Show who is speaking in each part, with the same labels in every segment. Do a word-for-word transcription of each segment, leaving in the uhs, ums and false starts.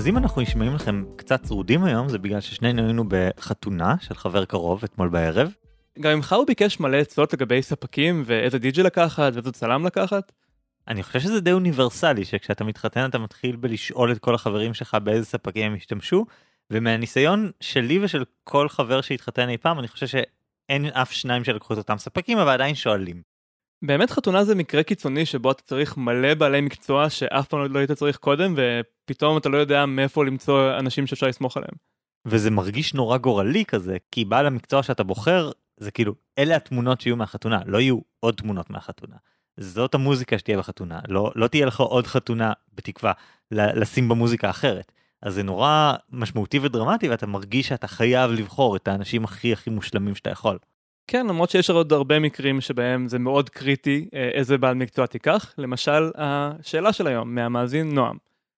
Speaker 1: אם אנחנו נשמעים לכם קצת צרודים היום, זה בגלל ששנינו היינו בחתונה של חבר קרוב אתמול בערב.
Speaker 2: גם ממך הוא ביקש מלא עצות לגבי ספקים ואיזה די-ג'יי לקחת ואיזה צלם לקחת.
Speaker 1: אני חושב שזה די אוניברסלי, שכשאתה מתחתן אתה מתחיל בלשאול את כל החברים שלך באיזה ספקים הם ישתמשו, ומהניסיון שלי ושל כל חבר שהתחתן אי פעם, אני חושב שאין אף שניים שלקחו את אותם ספקים, אבל עדיין שואלים.
Speaker 2: באמת חתונה זה מקרה קיצוני שבו אתה צריך מלא בעלי מקצוע שאף פעם לא היית צריך קודם, ופתאום אתה לא יודע מאיפה למצוא אנשים שאפשר לסמוך עליהם.
Speaker 1: וזה מרגיש נורא גורלי כזה, כי בעל המקצוע שאתה בוחר, זה כאילו, אלה התמונות שיהיו מהחתונה, לא יהיו עוד תמונות מהחתונה. זאת המוזיקה שתהיה בחתונה, לא, לא תהיה לך עוד חתונה בתקווה לשים במוזיקה אחרת. אז זה נורא משמעותי ודרמטי, ואתה מרגיש שאתה חייב לבחור את האנשים הכי הכי מושלמים שאתה יכול.
Speaker 2: כן, למרות שיש עוד הרבה מקרים שבהם זה מאוד קריטי איזה בעל מקצוע תיקח. למשל, השאלה של היום מהמאזין נועם.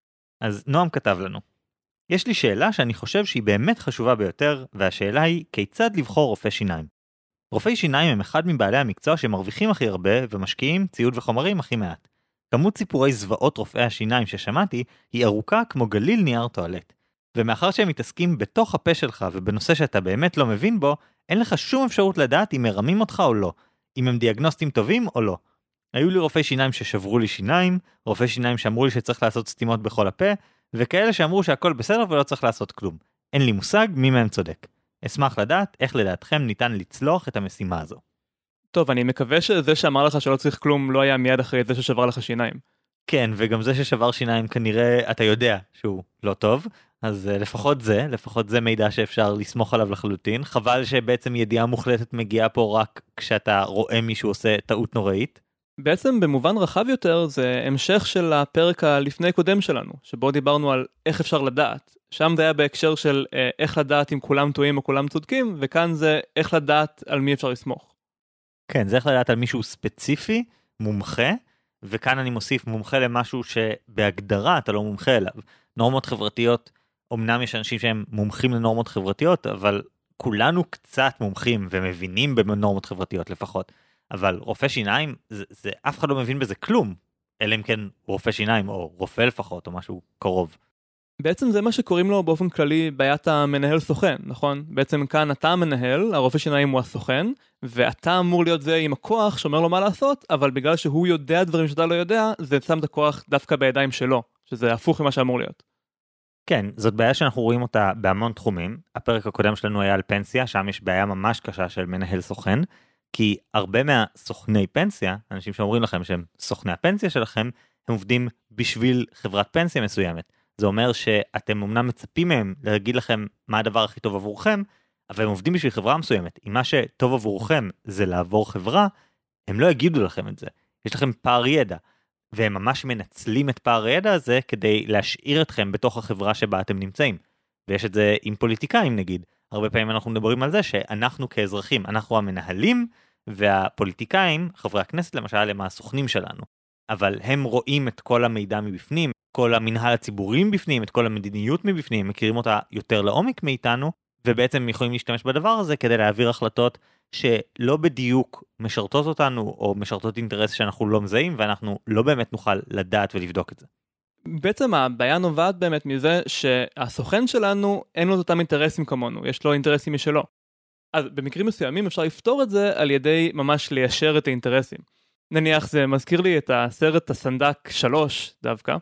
Speaker 1: אז נועם כתב לנו. יש לי שאלה שאני חושב שהיא באמת חשובה ביותר, והשאלה היא כיצד לבחור רופא שיניים. רופאי שיניים הם אחד מבעלי המקצוע שמרוויחים הכי הרבה ומשקיעים ציוד וחומרים הכי מעט. כמות סיפורי זוועות רופאי השיניים ששמעתי היא ארוכה כמו גליל נייר טואלט. ומאחר שהם מתעסקים בתוך הפה שלך ובנושא שאתה באמת לא מבין בו, אין לך שום אפשרות לדעת אם מרמים אותך או לא, אם הם דיאגנוסטים טובים או לא. היו לי רופאי שיניים ששברו לי שיניים, רופאי שיניים שאמרו לי שצריך לעשות סתימות בכל הפה, וכאלה שאמרו שהכל בסדר ולא צריך לעשות כלום. אין לי מושג מי מהם צודק. אשמח לדעת איך לדעתכם ניתן לצלוח את המשימה הזו.
Speaker 2: טוב, אני מקווה שזה שאמר לך שלא צריך כלום לא היה מיד אחרי זה ששבר לך שיניים.
Speaker 1: כן, וגם זה ששבר שיניים כנראה אתה יודע שהוא לא טוב, אז uh, לפחות זה, לפחות זה מידע שאפשר לסמוך עליו לחלוטין. חבל שבעצם ידיעה מוחלטת מגיעה פה רק כשאתה רואה מישהו עושה טעות נוראית.
Speaker 2: בעצם במובן רחב יותר זה המשך של הפרק הלפני קודם שלנו, שבו דיברנו על איך אפשר לדעת. שם זה היה בהקשר של אה, איך לדעת אם כולם טועים או כולם צודקים, וכאן זה איך לדעת על מי אפשר לסמוך.
Speaker 1: כן, זה איך לדעת על מישהו ספציפי, מומחה, וכאן אני מוסיף מומחה למשהו שבהגדרה אתה לא מומחה אליו. נורמות חברתיות, אמנם יש אנשים שהם מומחים לנורמות חברתיות, אבל כולנו קצת מומחים ומבינים בנורמות חברתיות לפחות. אבל רופא שיניים, זה, זה, אף אחד לא מבין בזה כלום, אלא אם כן רופא שיניים או רופא לפחות או משהו קרוב.
Speaker 2: בעצם זה מה שקוראים לו באופן כללי בעיית המנהל סוכן, נכון? בעצם כאן אתה המנהל, הרופא שיניים הוא הסוכן, ואתה אמור להיות זה עם הכוח שאומר לו מה לעשות, אבל בגלל שהוא יודע דברים שאתה לא יודע, זה שם את הכוח דווקא בידיים שלו, שזה הפוך ממה שאמור להיות.
Speaker 1: כן, זאת בעיה שאנחנו רואים אותה בהמון תחומים. הפרק הקודם שלנו היה על פנסיה, שם יש בעיה ממש קשה של מנהל סוכן, כי הרבה מהסוכני פנסיה, אנשים שאומרים לכם שהם סוכני הפנסיה שלכם, הם עובדים בשביל חברת פנסיה מסוימת. זה אומר שאתם אמנם מצפים מהם להגיד לכם מה הדבר הכי טוב עבורכם, אבל הם עובדים בשביל חברה מסוימת. אם מה שטוב עבורכם זה לעבור חברה, הם לא יגידו לכם את זה. יש לכם פער ידע, והם ממש מנצלים את פער הידע הזה כדי להשאיר אתכם בתוך החברה שבה אתם נמצאים. ויש את זה עם פוליטיקאים נגיד. הרבה פעמים אנחנו מדברים על זה שאנחנו כאזרחים, אנחנו המנהלים, והפוליטיקאים, חברי הכנסת למשל, הם הסוכנים שלנו. אבל הם רואים את כל המידע מבפנים, כל המנהל הציבורי מבפנים, את כל המדיניות מבפנים, מכירים אותה יותר לעומק מאיתנו, ובעצם יכולים להשתמש בדבר הזה כדי להעביר החלטות שלא בדיוק משרתות אותנו, או משרתות אינטרס שאנחנו לא מזהים, ואנחנו לא באמת נוכל לדעת ולבדוק את זה.
Speaker 2: בעצם הבעיה נובעת באמת מזה שהסוכן שלנו אין לו אותם אינטרסים כמונו, יש לו אינטרסים משלו. אז במקרים מסוימים אפשר לפתור את זה על ידי ממש ליישר את האינטרסים. נניח זה מזכיר לי את הסרט הסנדק שלוש דווקא,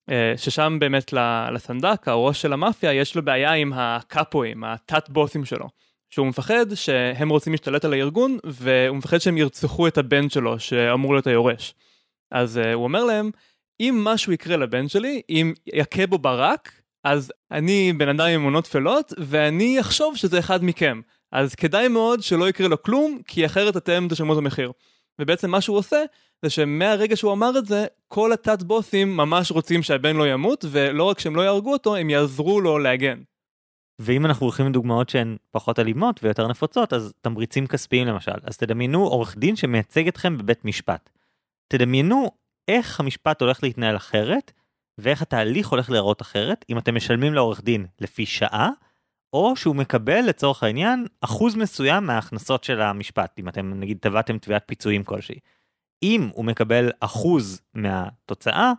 Speaker 2: ששם באמת לסנדק, הראש של המאפיה, יש לו בעיה עם הקאפואים, התת בוסים שלו. שהוא מפחד שהם רוצים להשתלט על הארגון, והוא מפחד שהם ירצחו את הבן שלו, שאמור להיות היורש. אז הוא אומר להם, אם משהו יקרה לבן שלי, אם יקה בו ברק, אז אני בן אדם עם אמונות תפלות, ואני אחשוב שזה אחד מכם. אז כדאי מאוד שלא יקרה לו כלום, כי אחרת אתם תשלמו את המחיר. ובעצם מה שהוא עושה, זה שמהרגע שהוא אמר את זה, כל התת בוסים ממש רוצים שהבן לא ימות, ולא רק שהם לא יהרגו אותו, הם יעזרו לו להגן.
Speaker 1: ואם אנחנו הולכים לדוגמאות שהן פחות אלימות ויותר נפוצות, אז תמריצים כספיים למשל. אז תדמיינו עורך דין שמייצג אתכם בבית משפט. תדמיינו איך המשפט הולך להתנהל אחרת, ואיך התהליך הולך להיראות אחרת, אם אתם משלמים לעורך דין לפי שעה, או שהוא מקבל לצורך העניין אחוז מסוים מההכנסות של המשפט, אם אתם נגיד תבעתם תביעת פיצויים כלשהי. אם הוא מקבל אחוז מהתוצאה,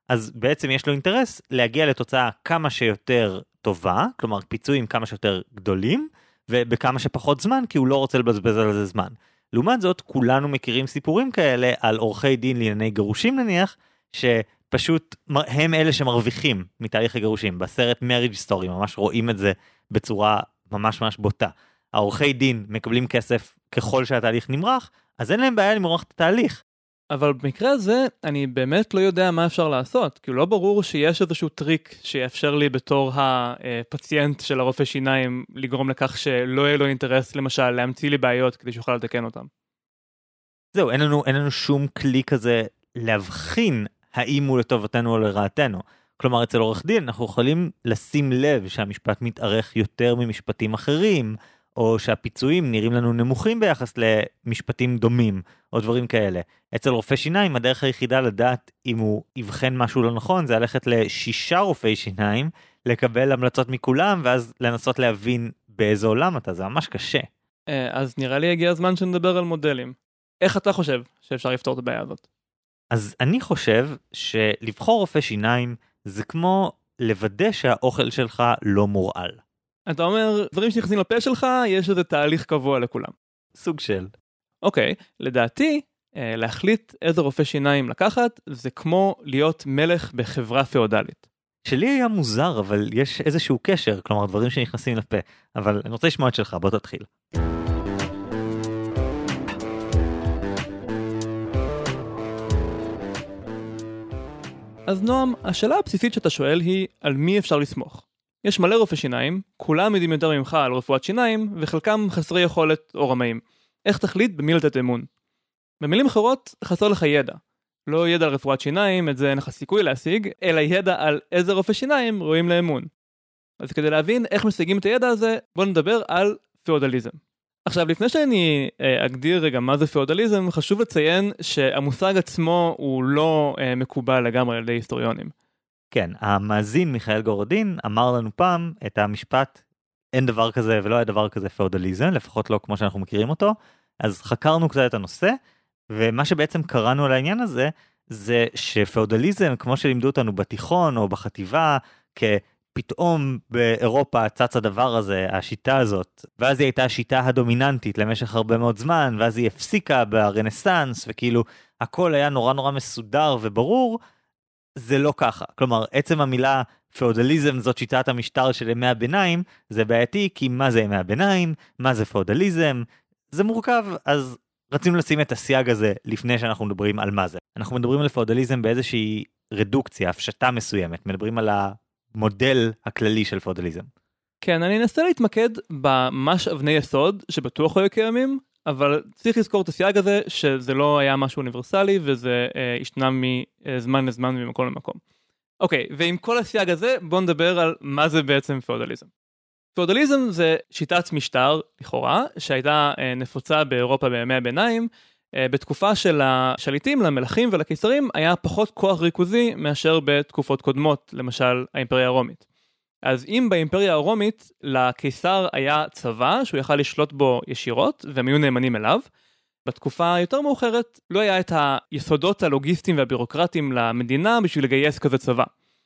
Speaker 1: אז בעצם יש לו אינטרס להגיע לתוצאה כמה שיותר טובה, כלומר פיצויים כמה שיותר גדולים, ובכמה שפחות זמן, כי הוא לא רוצה לבזבז על זה זמן. לעומת זאת, כולנו מכירים סיפורים כאלה על עורכי דין לענייני גירושים נניח, שפשוט הם אלה שמרוויחים מתהליך הגירושים. בסרט Marriage Story ממש רואים את זה בצורה ממש ממש בוטה. העורכי דין מקבלים כסף ככל שהתהליך נמרח, אז אין להם בעיה למרוח את התהליך.
Speaker 2: אבל במקרה הזה, אני באמת לא יודע מה אפשר לעשות, כי לא ברור שיש איזשהו טריק שיאפשר לי בתור הפציינט של הרופא שיניים לגרום לכך שלא יהיה לו אינטרס, למשל, להמציא לי בעיות כדי שיוכל לתקן אותם.
Speaker 1: זהו, אין לנו, אין לנו שום כלי כזה להבחין האם הוא לטובתנו או לרעתנו. כלומר, אצל עורך דין אנחנו יכולים לשים לב שהמשפט מתארך יותר ממשפטים אחרים, או שהפיצויים נראים לנו נמוכים ביחס למשפטים דומים, או דברים כאלה. אצל רופא שיניים, הדרך היחידה לדעת אם הוא יבחן משהו לא נכון, זה ללכת לשישה רופאי שיניים, לקבל המלצות מכולם, ואז לנסות להבין באיזה עולם אתה, זה ממש קשה.
Speaker 2: אז נראה לי הגיע הזמן שנדבר על מודלים. איך אתה חושב שאפשר לפתור את הבעיה הזאת?
Speaker 1: אז אני חושב שלבחור רופא שיניים, זה כמו לוודא שהאוכל שלך לא מורעל.
Speaker 2: אתה אומר, דברים שנכנסים לפה שלך, יש איזה תהליך קבוע לכולם.
Speaker 1: סוג של.
Speaker 2: אוקיי, לדעתי, להחליט איזה רופא שיניים לקחת, זה כמו להיות מלך בחברה פאודלית.
Speaker 1: שלי היה מוזר, אבל יש איזשהו קשר, כלומר, דברים שנכנסים לפה. אבל אני רוצה לשמוע את שלך, בוא תתחיל.
Speaker 2: אז נועם, השאלה הבסיסית שאתה שואל היא, על מי אפשר לסמוך? יש מלא רופא שיניים, כולם יודעים יותר ממך על רפואת שיניים, וחלקם חסרי יכולת או רמאים. איך תחליט במי לתת אמון? במילים אחרות, חסר לך ידע. לא ידע על רפואת שיניים, את זה אין לך סיכוי להשיג, אלא ידע על איזה רופא שיניים רואים לאמון. אז כדי להבין איך משיגים את הידע הזה, בוא נדבר על פאודליזם. עכשיו, לפני שאני אגדיר רגע מה זה פאודליזם, חשוב לציין שהמושג עצמו הוא לא מקובל לגמרי על ידי היסטוריונים.
Speaker 1: כן, המאזין מיכאל גורדין אמר לנו פעם את המשפט, אין דבר כזה ולא היה דבר כזה פאודליזם, לפחות לא כמו שאנחנו מכירים אותו, אז חקרנו קצת את הנושא, ומה שבעצם קראנו על העניין הזה, זה שפאודליזם, כמו שלימדו אותנו בתיכון או בחטיבה, כפתאום באירופה צץ הדבר הזה, השיטה הזאת, ואז היא הייתה השיטה הדומיננטית למשך הרבה מאוד זמן, ואז היא הפסיקה ברנסנס, וכאילו הכל היה נורא נורא מסודר וברור, זה לא ככה. כלומר, עצם המילה פאודליזם זאת שיטת המשטר של ימי הביניים, זה בעייתי, כי מה זה ימי הביניים? מה זה פאודליזם? זה מורכב, אז רצינו לשים את הסייג הזה לפני שאנחנו מדברים על מה זה. אנחנו מדברים על פאודליזם באיזושהי רדוקציה, הפשטה מסוימת, מדברים על המודל הכללי של פאודליזם. כן,
Speaker 2: אני אנסה להתמקד במש אבני יסוד, שבטוח היו קיימים, אבל צריך לזכור את הסייג הזה, שזה לא היה משהו אוניברסלי, וזה אה, השתנה מזמן לזמן ממקום למקום. אוקיי, ועם כל הסייג הזה, בואו נדבר על מה זה בעצם פאודליזם. פאודליזם זה שיטת משטר, לכאורה, שהייתה אה, נפוצה באירופה בימי הביניים, אה, בתקופה של השליטים, למלכים ולקיסרים, היה פחות כוח ריכוזי מאשר בתקופות קודמות, למשל האימפריה הרומית. אז אם באימפריה הרומית לקיסר היה צבא שהוא יכל לשלוט בו ישירות והם היו נאמנים אליו, בתקופה יותר מאוחרת לא היה את היסודות הלוגיסטיים והבירוקרטיים למדינה בשביל לגייס כזה צבא.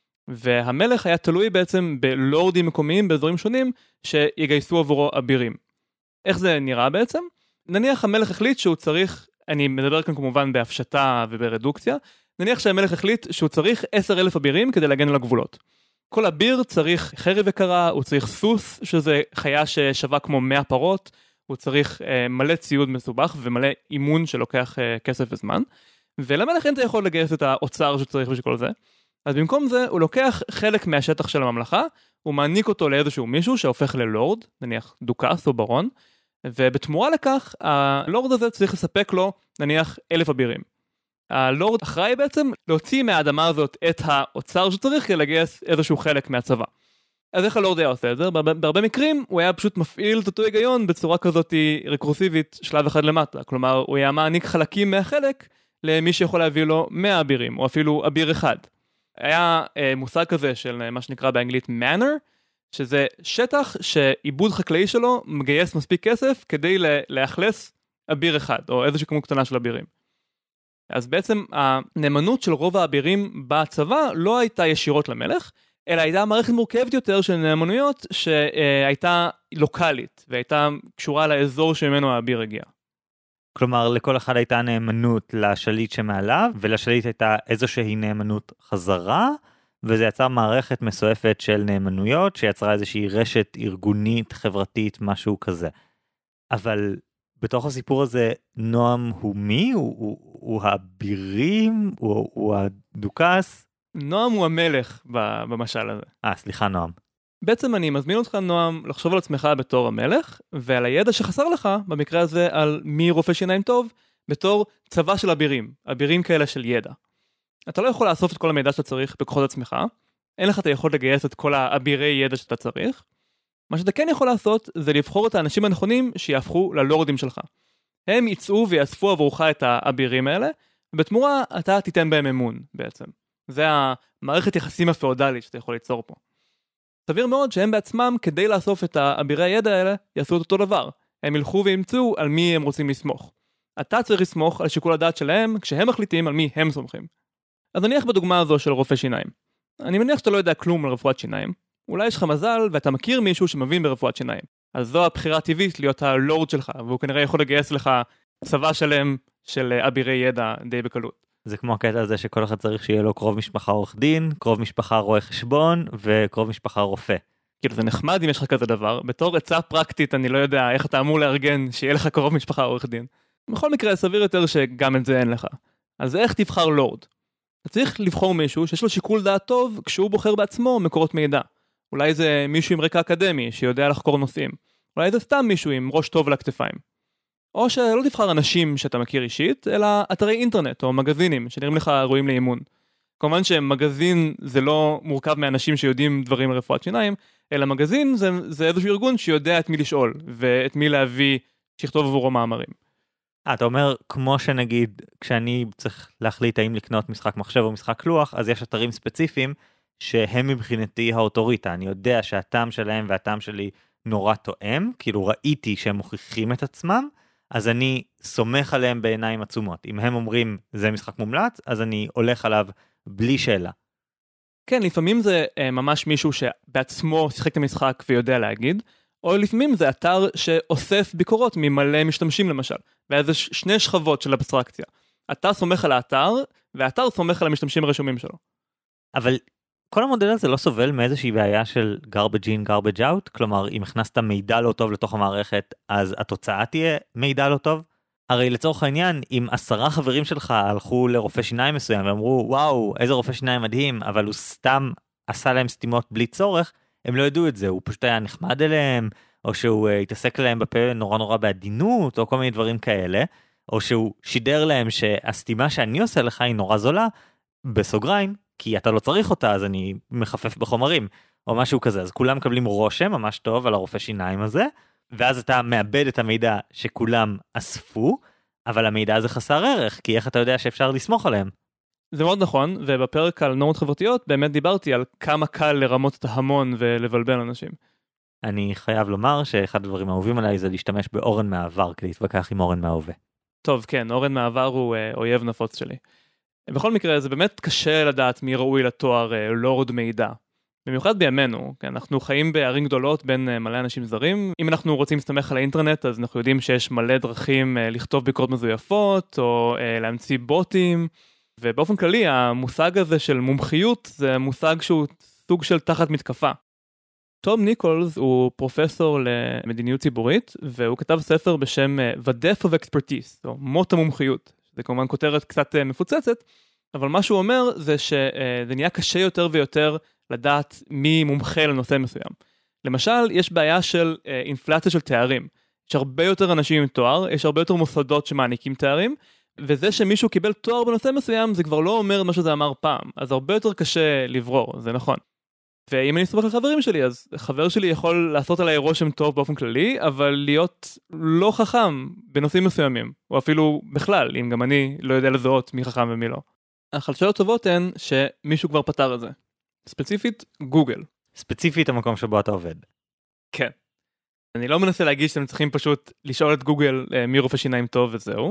Speaker 2: והמלך היה תלוי בעצם בלורדים מקומיים באזורים שונים שיגייסו עבורו אבירים. איך זה נראה בעצם? נניח המלך החליט שהוא צריך, אני מדבר כאן כמובן בהפשטה וברדוקציה, נניח שהמלך החליט שהוא צריך עשרת אלפים אבירים כדי להגן על הגבולות. כל אביר צריך חרב יקרה, הוא צריך סוס, שזה חיה ששווה כמו מאה פרות, הוא צריך אה, מלא ציוד מסובך ומלא אימון שלוקח אה, כסף וזמן, ולמלך אין אתה יכול לגייס את האוצר שצריך בשביל כל זה. אז במקום זה הוא לוקח חלק מהשטח של הממלכה, הוא מעניק אותו לאיזשהו מישהו שהופך ללורד, נניח דוקס או ברון, ובתמורה לכך הלורד הזה צריך לספק לו נניח אלף אבירים. הלורד אחראי בעצם להוציא מהאדמה הזאת את האוצר שצריך כדי לגייס איזשהו חלק מהצבא. אז איך הלורד היה עושה את זה? בהרבה מקרים הוא היה פשוט מפעיל את אותו היגיון בצורה כזאת רקורסיבית שלב אחד למטה. כלומר, הוא היה מעניק חלקים מהחלק למי שיכול להביא לו מאה אבירים, או אפילו אביר אחד. היה אה, מושג כזה של מה שנקרא באנגלית manor, שזה שטח שעיבוד חקלאי שלו מגייס מספיק כסף כדי לאכלס אביר אחד, או איזושהי כמות קטנה של אבירים. אז בעצם הנאמנות של רוב האבירים בצבא לא הייתה ישירות למלך, אלא הייתה מערכת מורכבת יותר של נאמנויות שהייתה לוקלית, והייתה קשורה לאזור שממנו האביר הגיע.
Speaker 1: כלומר, לכל אחד הייתה נאמנות לשליט שמעליו, ולשליט הייתה איזושהי נאמנות חזרה, וזה יצר מערכת מסועפת של נאמנויות, שיצרה איזושהי רשת ארגונית, חברתית, משהו כזה. אבל בתוך הסיפור הזה, נועם הוא מי? הוא, הוא, הוא האבירים? הוא, הוא הדוכס?
Speaker 2: נועם הוא המלך במשל הזה.
Speaker 1: אה, סליחה, נועם.
Speaker 2: בעצם אני מזמין אותך, נועם, לחשוב על עצמך בתור המלך, ועל הידע שחסר לך, במקרה הזה, על מי רופא שיניים טוב, בתור צבא של אבירים, אבירים כאלה של ידע. אתה לא יכול לאסוף את כל המידע שאתה צריך בכוחות עצמך, אין לך את היכולת לגייס את כל האבירי ידע שאתה צריך. מה שאתה כן יכול לעשות, זה לבחור את האנשים הנכונים שיהפכו ללורדים שלך. הם יצאו ויאספו עבורך את האבירים האלה, ובתמורה אתה תיתן בהם אמון, בעצם. זה המערכת יחסים הפאודלית שאתה יכול ליצור פה. סביר מאוד שהם בעצמם, כדי לאסוף את האבירי הידע האלה, יעשו את אותו דבר. הם ילכו וימצאו על מי הם רוצים לסמוך. אתה צריך לסמוך על שיקול הדעת שלהם, כשהם מחליטים על מי הם סומכים. אז נניח בדוגמה הזו של רופא שיניים. אני מניח שאתה לא יודע כלום על רפואת שיניים. אולי יש לך מזל ואתה מכיר מישהו שמבין ברפואת שיניים. אז זו הבחירה הטבעית להיות הלורד שלך, והוא כנראה יכול לגייס לך צבא שלם של אבירי ידע די בקלות.
Speaker 1: זה כמו הקטע הזה שכל אחד צריך שיהיה לו קרוב משפחה עורך דין, קרוב משפחה רואה חשבון וקרוב משפחה רופא.
Speaker 2: כאילו זה נחמד אם יש לך כזה דבר. בתור עצה פרקטית אני לא יודע איך אתה אמור לארגן שיהיה לך קרוב משפחה עורך דין. בכל מקרה סביר יותר שגם את זה אין לך. אז איך תבחר לורד? אתה צריך לבחור מישהו שיש לו שיקול דעת טוב כשהוא בוחר בעצמו מקורות מידע. אולי זה מישהו עם רקע אקדמי שיודע לחקור נושאים. אולי זה סתם מישהו עם ראש טוב לכתפיים. או שלא תבחר אנשים שאתה מכיר אישית, אלא אתרי אינטרנט או מגזינים שנראים לך ראויים לאימון. כמובן שמגזין זה לא מורכב מאנשים שיודעים דברים על רפואת שיניים, אלא מגזין זה, זה איזשהו ארגון שיודע את מי לשאול ואת מי להביא שיכתוב עבורו מאמרים.
Speaker 1: אה, אתה אומר, כמו שנגיד, כשאני צריך להחליט האם לקנות משחק מחשב או משחק לוח, אז יש אתרים ספציפיים שהם מבחינתי האוטוריטה. אני יודע שהטעם שלהם והטעם שלי נורא תואם, כאילו ראיתי שהם מוכיחים את עצמם, אז אני סומך עליהם בעיניים עצומות. אם הם אומרים, זה משחק מומלץ, אז אני הולך עליו בלי שאלה.
Speaker 2: כן, לפעמים זה אה, ממש מישהו שבעצמו שיחק את המשחק ויודע להגיד, או לפעמים זה אתר שאוסף ביקורות ממלא משתמשים למשל, ואיזה שני שכבות של אבסטרקציה. אתה סומך על האתר, והאתר סומך על המשתמשים הרשומים שלו.
Speaker 1: אבל כל המודל הזה לא סובל מאיזושהי בעיה של garbage in, garbage out, כלומר, אם הכנסת מידע לא טוב לתוך המערכת, אז התוצאה תהיה מידע לא טוב. הרי לצורך העניין, אם עשרה חברים שלך הלכו לרופא שיניים מסוים, ואמרו, וואו, איזה רופא שיניים מדהים, אבל הוא סתם עשה להם סתימות בלי צורך, הם לא ידעו את זה, הוא פשוט היה נחמד אליהם, או שהוא uh, התעסק להם בפה נורא נורא בעדינות, או כל מיני דברים כאלה, או שהוא שידר להם שהסתימה שאני עושה לך היא נורא זולה, בסוגריים, כי אתה לא צריך אותה, אז אני מחפף בחומרים, או משהו כזה. אז כולם מקבלים רושם ממש טוב על הרופא שיניים הזה, ואז אתה מאבד את המידע שכולם אספו, אבל המידע הזה חסר ערך, כי איך אתה יודע שאפשר לסמוך עליהם?
Speaker 2: זה מאוד נכון, ובפרק על נורמות חברתיות באמת דיברתי על כמה קל לרמות את ההמון ולבלבל אנשים.
Speaker 1: אני חייב לומר שאחד הדברים האהובים עליי זה להשתמש באורן מהעבר, כדי להתווכח עם אורן מההווה.
Speaker 2: טוב, כן, אורן מהעבר הוא אה, אויב נפוץ שלי. בכל מקרה, זה באמת קשה לדעת מי ראוי לתואר אה, לורד מידע. במיוחד בימינו, כן, אנחנו חיים בערים גדולות בין אה, מלא אנשים זרים. אם אנחנו רוצים להסתמך על האינטרנט, אז אנחנו יודעים שיש מלא דרכים אה, לכתוב ביקורות מזויפות, או אה, להמציא בוטים. ובאופן כללי, המושג הזה של מומחיות, זה מושג שהוא סוג של תחת מתקפה. תום ניקולס הוא פרופסור למדיניות ציבורית, והוא כתב ספר בשם The Death of Expertise, או מות המומחיות. זה כמובן כותרת קצת מפוצצת, אבל מה שהוא אומר זה שזה נהיה קשה יותר ויותר לדעת מי מומחה לנושא מסוים. למשל, יש בעיה של אינפלציה של תארים. יש הרבה יותר אנשים עם תואר, יש הרבה יותר מוסדות שמעניקים תארים, וזה שמישהו קיבל תואר בנושא מסוים, זה כבר לא אומר מה שזה אמר פעם. אז הרבה יותר קשה לברור, זה נכון. ואם אני אסתמך על חברים שלי, אז חבר שלי יכול לעשות עליי רושם טוב באופן כללי, אבל להיות לא חכם בנושאים מסוימים, או אפילו בכלל, אם גם אני לא יודע לזהות מי חכם ומי לא. החדשות הטובות הן שמישהו כבר פתר את זה. ספציפית, גוגל.
Speaker 1: ספציפית המקום שבו אתה עובד.
Speaker 2: כן. אני לא מנסה להגיד שאתם צריכים פשוט לשאול את גוגל מי רופא שיניים טוב וזהו.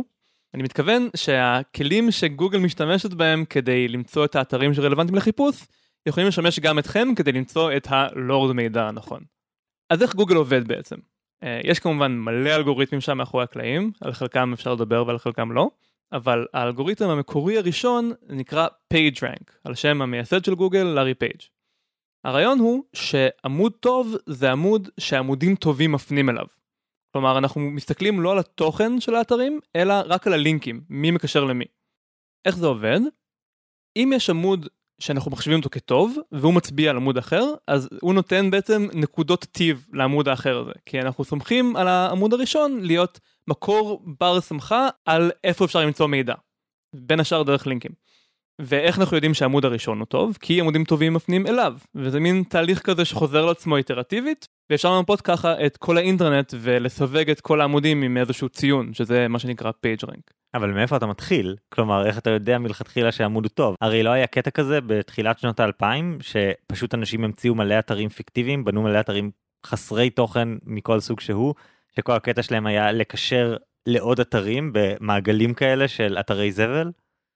Speaker 2: אני מתכוון שהכלים שגוגל משתמשת בהם כדי למצוא את האתרים שרלוונטיים לחיפוש, יכולים לשמש גם אתכם כדי למצוא את הלורד מידע הנכון. אז איך גוגל עובד בעצם? יש כמובן מלא אלגוריתמים שם מאחורי הקלעים, על חלקם אפשר לדבר ועל חלקם לא, אבל האלגוריתם המקורי הראשון נקרא PageRank, על שם המייסד של גוגל, לארי פייג'. הרעיון הוא שעמוד טוב זה עמוד שעמודים טובים מפנים אליו. כלומר, אנחנו מסתכלים לא על התוכן של האתרים, אלא רק על הלינקים, מי מקשר למי. איך זה עובד? אם יש עמוד שאנחנו מחשבים אותו כטוב, והוא מצביע על עמוד אחר, אז הוא נותן בעצם נקודות טיב לעמוד האחר הזה. כי אנחנו סומכים על העמוד הראשון להיות מקור בר שמחה על איפה אפשר למצוא מידע. בין השאר דרך לינקים. ואיך אנחנו יודעים שהעמוד הראשון הוא טוב? כי עמודים טובים מפנים אליו. וזה מין תהליך כזה שחוזר לעצמו איטרטיבית, ואפשר למפות ככה את כל האינטרנט ולסווג את כל העמודים עם איזשהו ציון, שזה מה שנקרא PageRank.
Speaker 1: אבל מאיפה אתה מתחיל? כלומר, איך אתה יודע מלכתחילה שהעמוד הוא טוב? הרי לא היה קטע כזה בתחילת שנות האלפיים, שפשוט אנשים המציאו מלא אתרים פיקטיביים, בנו מלא אתרים חסרי תוכן מכל סוג שהוא, שכל הקטע שלהם היה לקשר לעוד אתרים במעגלים כאלה של אתרי זבל?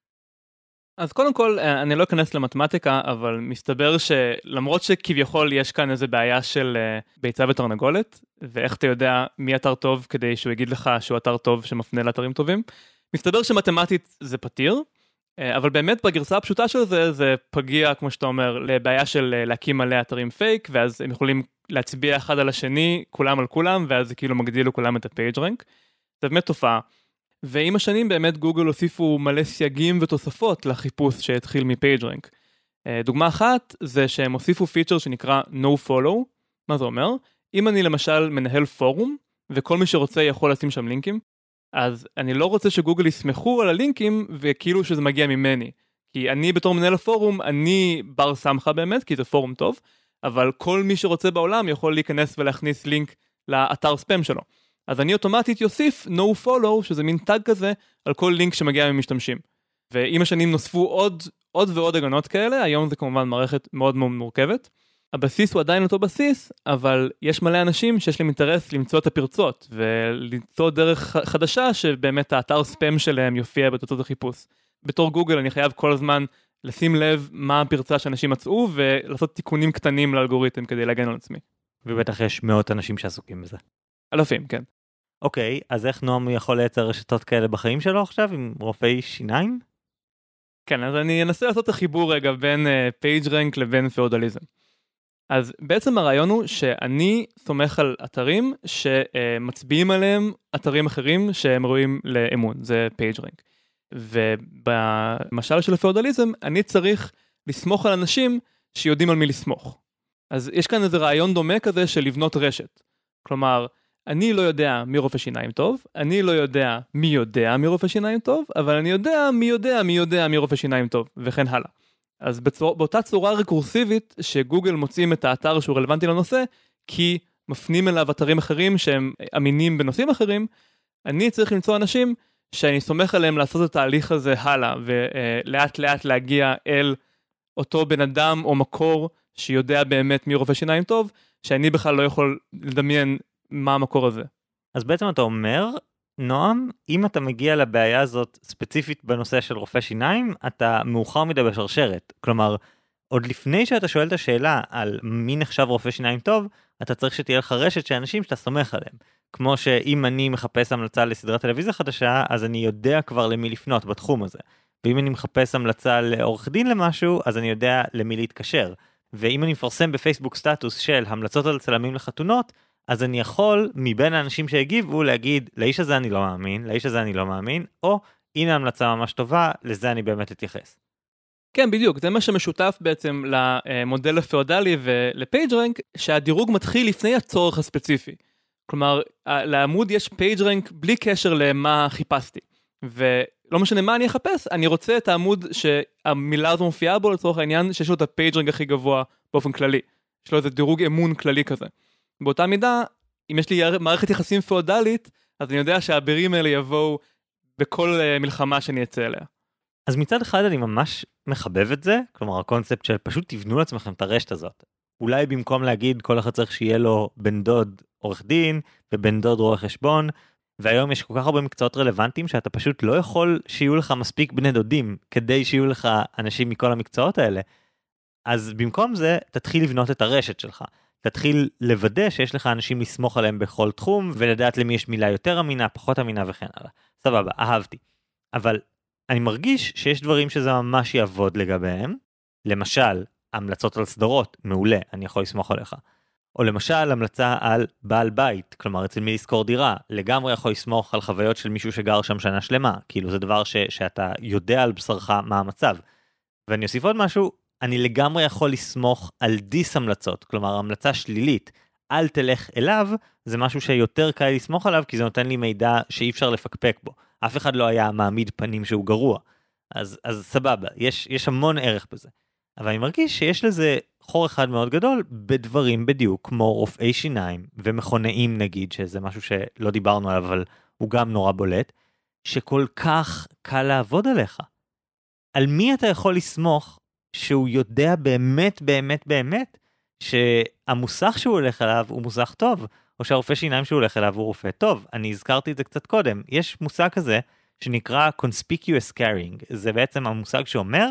Speaker 2: אז קודם כל, אני לא אכנס למתמטיקה, אבל מסתבר שלמרות שכביכול יש כאן איזו בעיה של ביצה ותרנגולת, ואיך אתה יודע מי אתר טוב כדי שהוא יגיד לך שהוא אתר טוב שמפנה לאתרים טובים, מסתבר שמתמטית זה פתיר, אבל באמת בגרסה הפשוטה של זה, זה פגיע, כמו שאתה אומר, לבעיה של להקים מלא אתרים פייק, ואז הם יכולים להצביע אחד על השני, כולם על כולם, ואז זה כאילו מגדיל לכולם את ה-PageRank. זה באמת תופעה. ועם השנים באמת גוגל הוסיפו מלא סייגים ותוספות לחיפוש שהתחיל מ-PageRank. דוגמה אחת זה שהם הוסיפו פיצ'ר שנקרא No Follow. מה זה אומר? אם אני למשל מנהל פורום, וכל מי שרוצה יכול לשים שם לינקים, אז אני לא רוצה שגוגל יסמכו על הלינקים וכאילו שזה מגיע ממני. כי אני בתור מנהל הפורום, אני בר סמכה באמת, כי זה פורום טוב, אבל כל מי שרוצה בעולם יכול להיכנס ולהכניס לינק לאתר ספאם שלו. אז אני אוטומטית יוסיף no follow, שזה מין טאג כזה, על כל לינק שמגיע ממשתמשים. ועם השנים נוספו עוד, עוד ועוד הגנות כאלה, היום זה כמובן מערכת מאוד מאוד מורכבת. הבסיס הוא עדיין אותו בסיס, אבל יש מלא אנשים שיש להם אינטרס למצוא את הפרצות, ולמצוא דרך חדשה שבאמת האתר ספאם שלהם יופיע בתוצאות החיפוש. בתור גוגל אני חייב כל הזמן לשים לב מה הפרצה שאנשים מצאו, ולעשות תיקונים קטנים לאלגוריתם כדי להגן על עצמי.
Speaker 1: ובטח יש מאות אנשים שעסוקים בזה.
Speaker 2: אלפים, כן.
Speaker 1: אוקיי, אז איך נועם יכול לייצר רשתות כאלה בחיים שלו עכשיו עם רופאי שיניים?
Speaker 2: כן, אז אני אנסה לעשות את החיבור רגע בין uh, PageRank לבין פאודליזם. אז בעצם הרעיון הוא שאני סומך על אתרים שמצביעים עליהם אתרים אחרים שהם רואים לאמון, זה PageRank. ובמשל של הפאודליזם, אני צריך לסמוך על אנשים שיודעים על מי לסמוך. אז יש כאן איזה רעיון דומה כזה של לבנות רשת. כלומר, אני לא יודע מי רופא שיניים טוב, אני לא יודע מי יודע מי רופא שיניים טוב, אבל אני יודע מי יודע מי יודע מי רופא שיניים טוב, וכן הלאה. אז בצור, באותה צורה רקורסיבית שגוגל מוצאים את האתר שהוא רלוונטי לנושא, כי מפנים אליו אתרים אחרים שהם אמינים בנושאים אחרים, אני צריך למצוא אנשים שאני סומך עליהם לעשות את התהליך הזה הלאה, ולאט לאט להגיע אל אותו בן אדם או מקור שיודע באמת מי רופא שיניים טוב, שאני בכלל לא יכול לדמיין מה המקור הזה.
Speaker 1: אז בעצם אתה אומר, נועם, אם אתה מגיע לבעיה הזאת ספציפית בנושא של רופא שיניים, אתה מאוחר מדי בשרשרת. כלומר, עוד לפני שאתה שואל את השאלה על מי נחשב רופא שיניים טוב, אתה צריך שתהיה לך רשת של אנשים שאתה סומך עליהם. כמו שאם אני מחפש המלצה לסדרת טלוויזיה חדשה, אז אני יודע כבר למי לפנות בתחום הזה. ואם אני מחפש המלצה לעורך דין למשהו, אז אני יודע למי להתקשר. ואם אני מפרסם בפייסבוק סטטוס של המלצות על צלמים לחתונות, אז אני יכול, מבין האנשים שהגיבו, להגיד, לאיש הזה אני לא מאמין, לאיש הזה אני לא מאמין, או הנה המלצה ממש טובה, לזה אני באמת אתייחס.
Speaker 2: כן, בדיוק, זה מה שמשותף בעצם למודל הפאודלי ולפייג'רנק, שהדירוג מתחיל לפני הצורך הספציפי. כלומר, לעמוד יש פייג'רנק בלי קשר למה חיפשתי. ולא משנה מה אני אחפש, אני רוצה את העמוד שהמילה הזו מופיעה בו לצורך העניין, שיש לו את הפייג'רנק הכי גבוה באופן כללי. יש לו איזה דירוג אמון כללי כזה. באותה מידה, אם יש לי מערכת יחסים פאודלית, אז אני יודע שהבירים האלה יבואו בכל מלחמה שאני אצא אליה.
Speaker 1: אז מצד אחד אני ממש מחבב את זה, כלומר הקונספט של פשוט תבנו לעצמכם את הרשת הזאת. אולי במקום להגיד כל אחד צריך שיהיה לו בן דוד עורך דין ובן דוד רואה חשבון, והיום יש כל כך הרבה מקצועות רלוונטיים שאתה פשוט לא יכול שיהיו לך מספיק בני דודים כדי שיהיו לך אנשים מכל המקצועות האלה. אז במקום זה תתחיל לבנות את הרשת שלך. תתחיל לוודא שיש לך אנשים לסמוך עליהם בכל תחום ולדעת למי יש מילה יותר אמינה, פחות אמינה וכן הלאה. סבבה, אהבתי. אבל אני מרגיש שיש דברים שזה ממש יעבוד לגביהם. למשל, המלצות על סדרות, מעולה, אני יכול לסמוך עליך. או למשל, המלצה על בעל בית, כלומר, אצל מי לשכור דירה, לגמרי יכול לסמוך על חוויות של מישהו שגר שם שנה שלמה, כאילו זה דבר ש, שאתה יודע על בשרך מה המצב. ואני אוסיף עוד משהו, אני לגמרי יכול לסמוך על דיס המלצות, כלומר, המלצה שלילית, אל תלך אליו, זה משהו שיותר קל לסמוך עליו, כי זה נותן לי מידע שאי אפשר לפקפק בו. אף אחד לא היה מעמיד פנים שהוא גרוע. אז, אז סבבה, יש, יש המון ערך בזה. אבל אני מרגיש שיש לזה חור אחד מאוד גדול בדברים בדיוק כמו רופאי שיניים ומכונאים נגיד, שזה משהו שלא דיברנו עליו, אבל הוא גם נורא בולט, שכל כך קל לעבוד עליך. על מי אתה יכול לסמוך שהוא יודע באמת באמת באמת שהמוסך שהוא הולך אליו הוא מוסך טוב, או שהרופא שיניים שהוא הולך אליו הוא רופא טוב. אני הזכרתי את זה קצת קודם. יש מושג כזה שנקרא conspicuous carrying. זה בעצם המושג שאומר,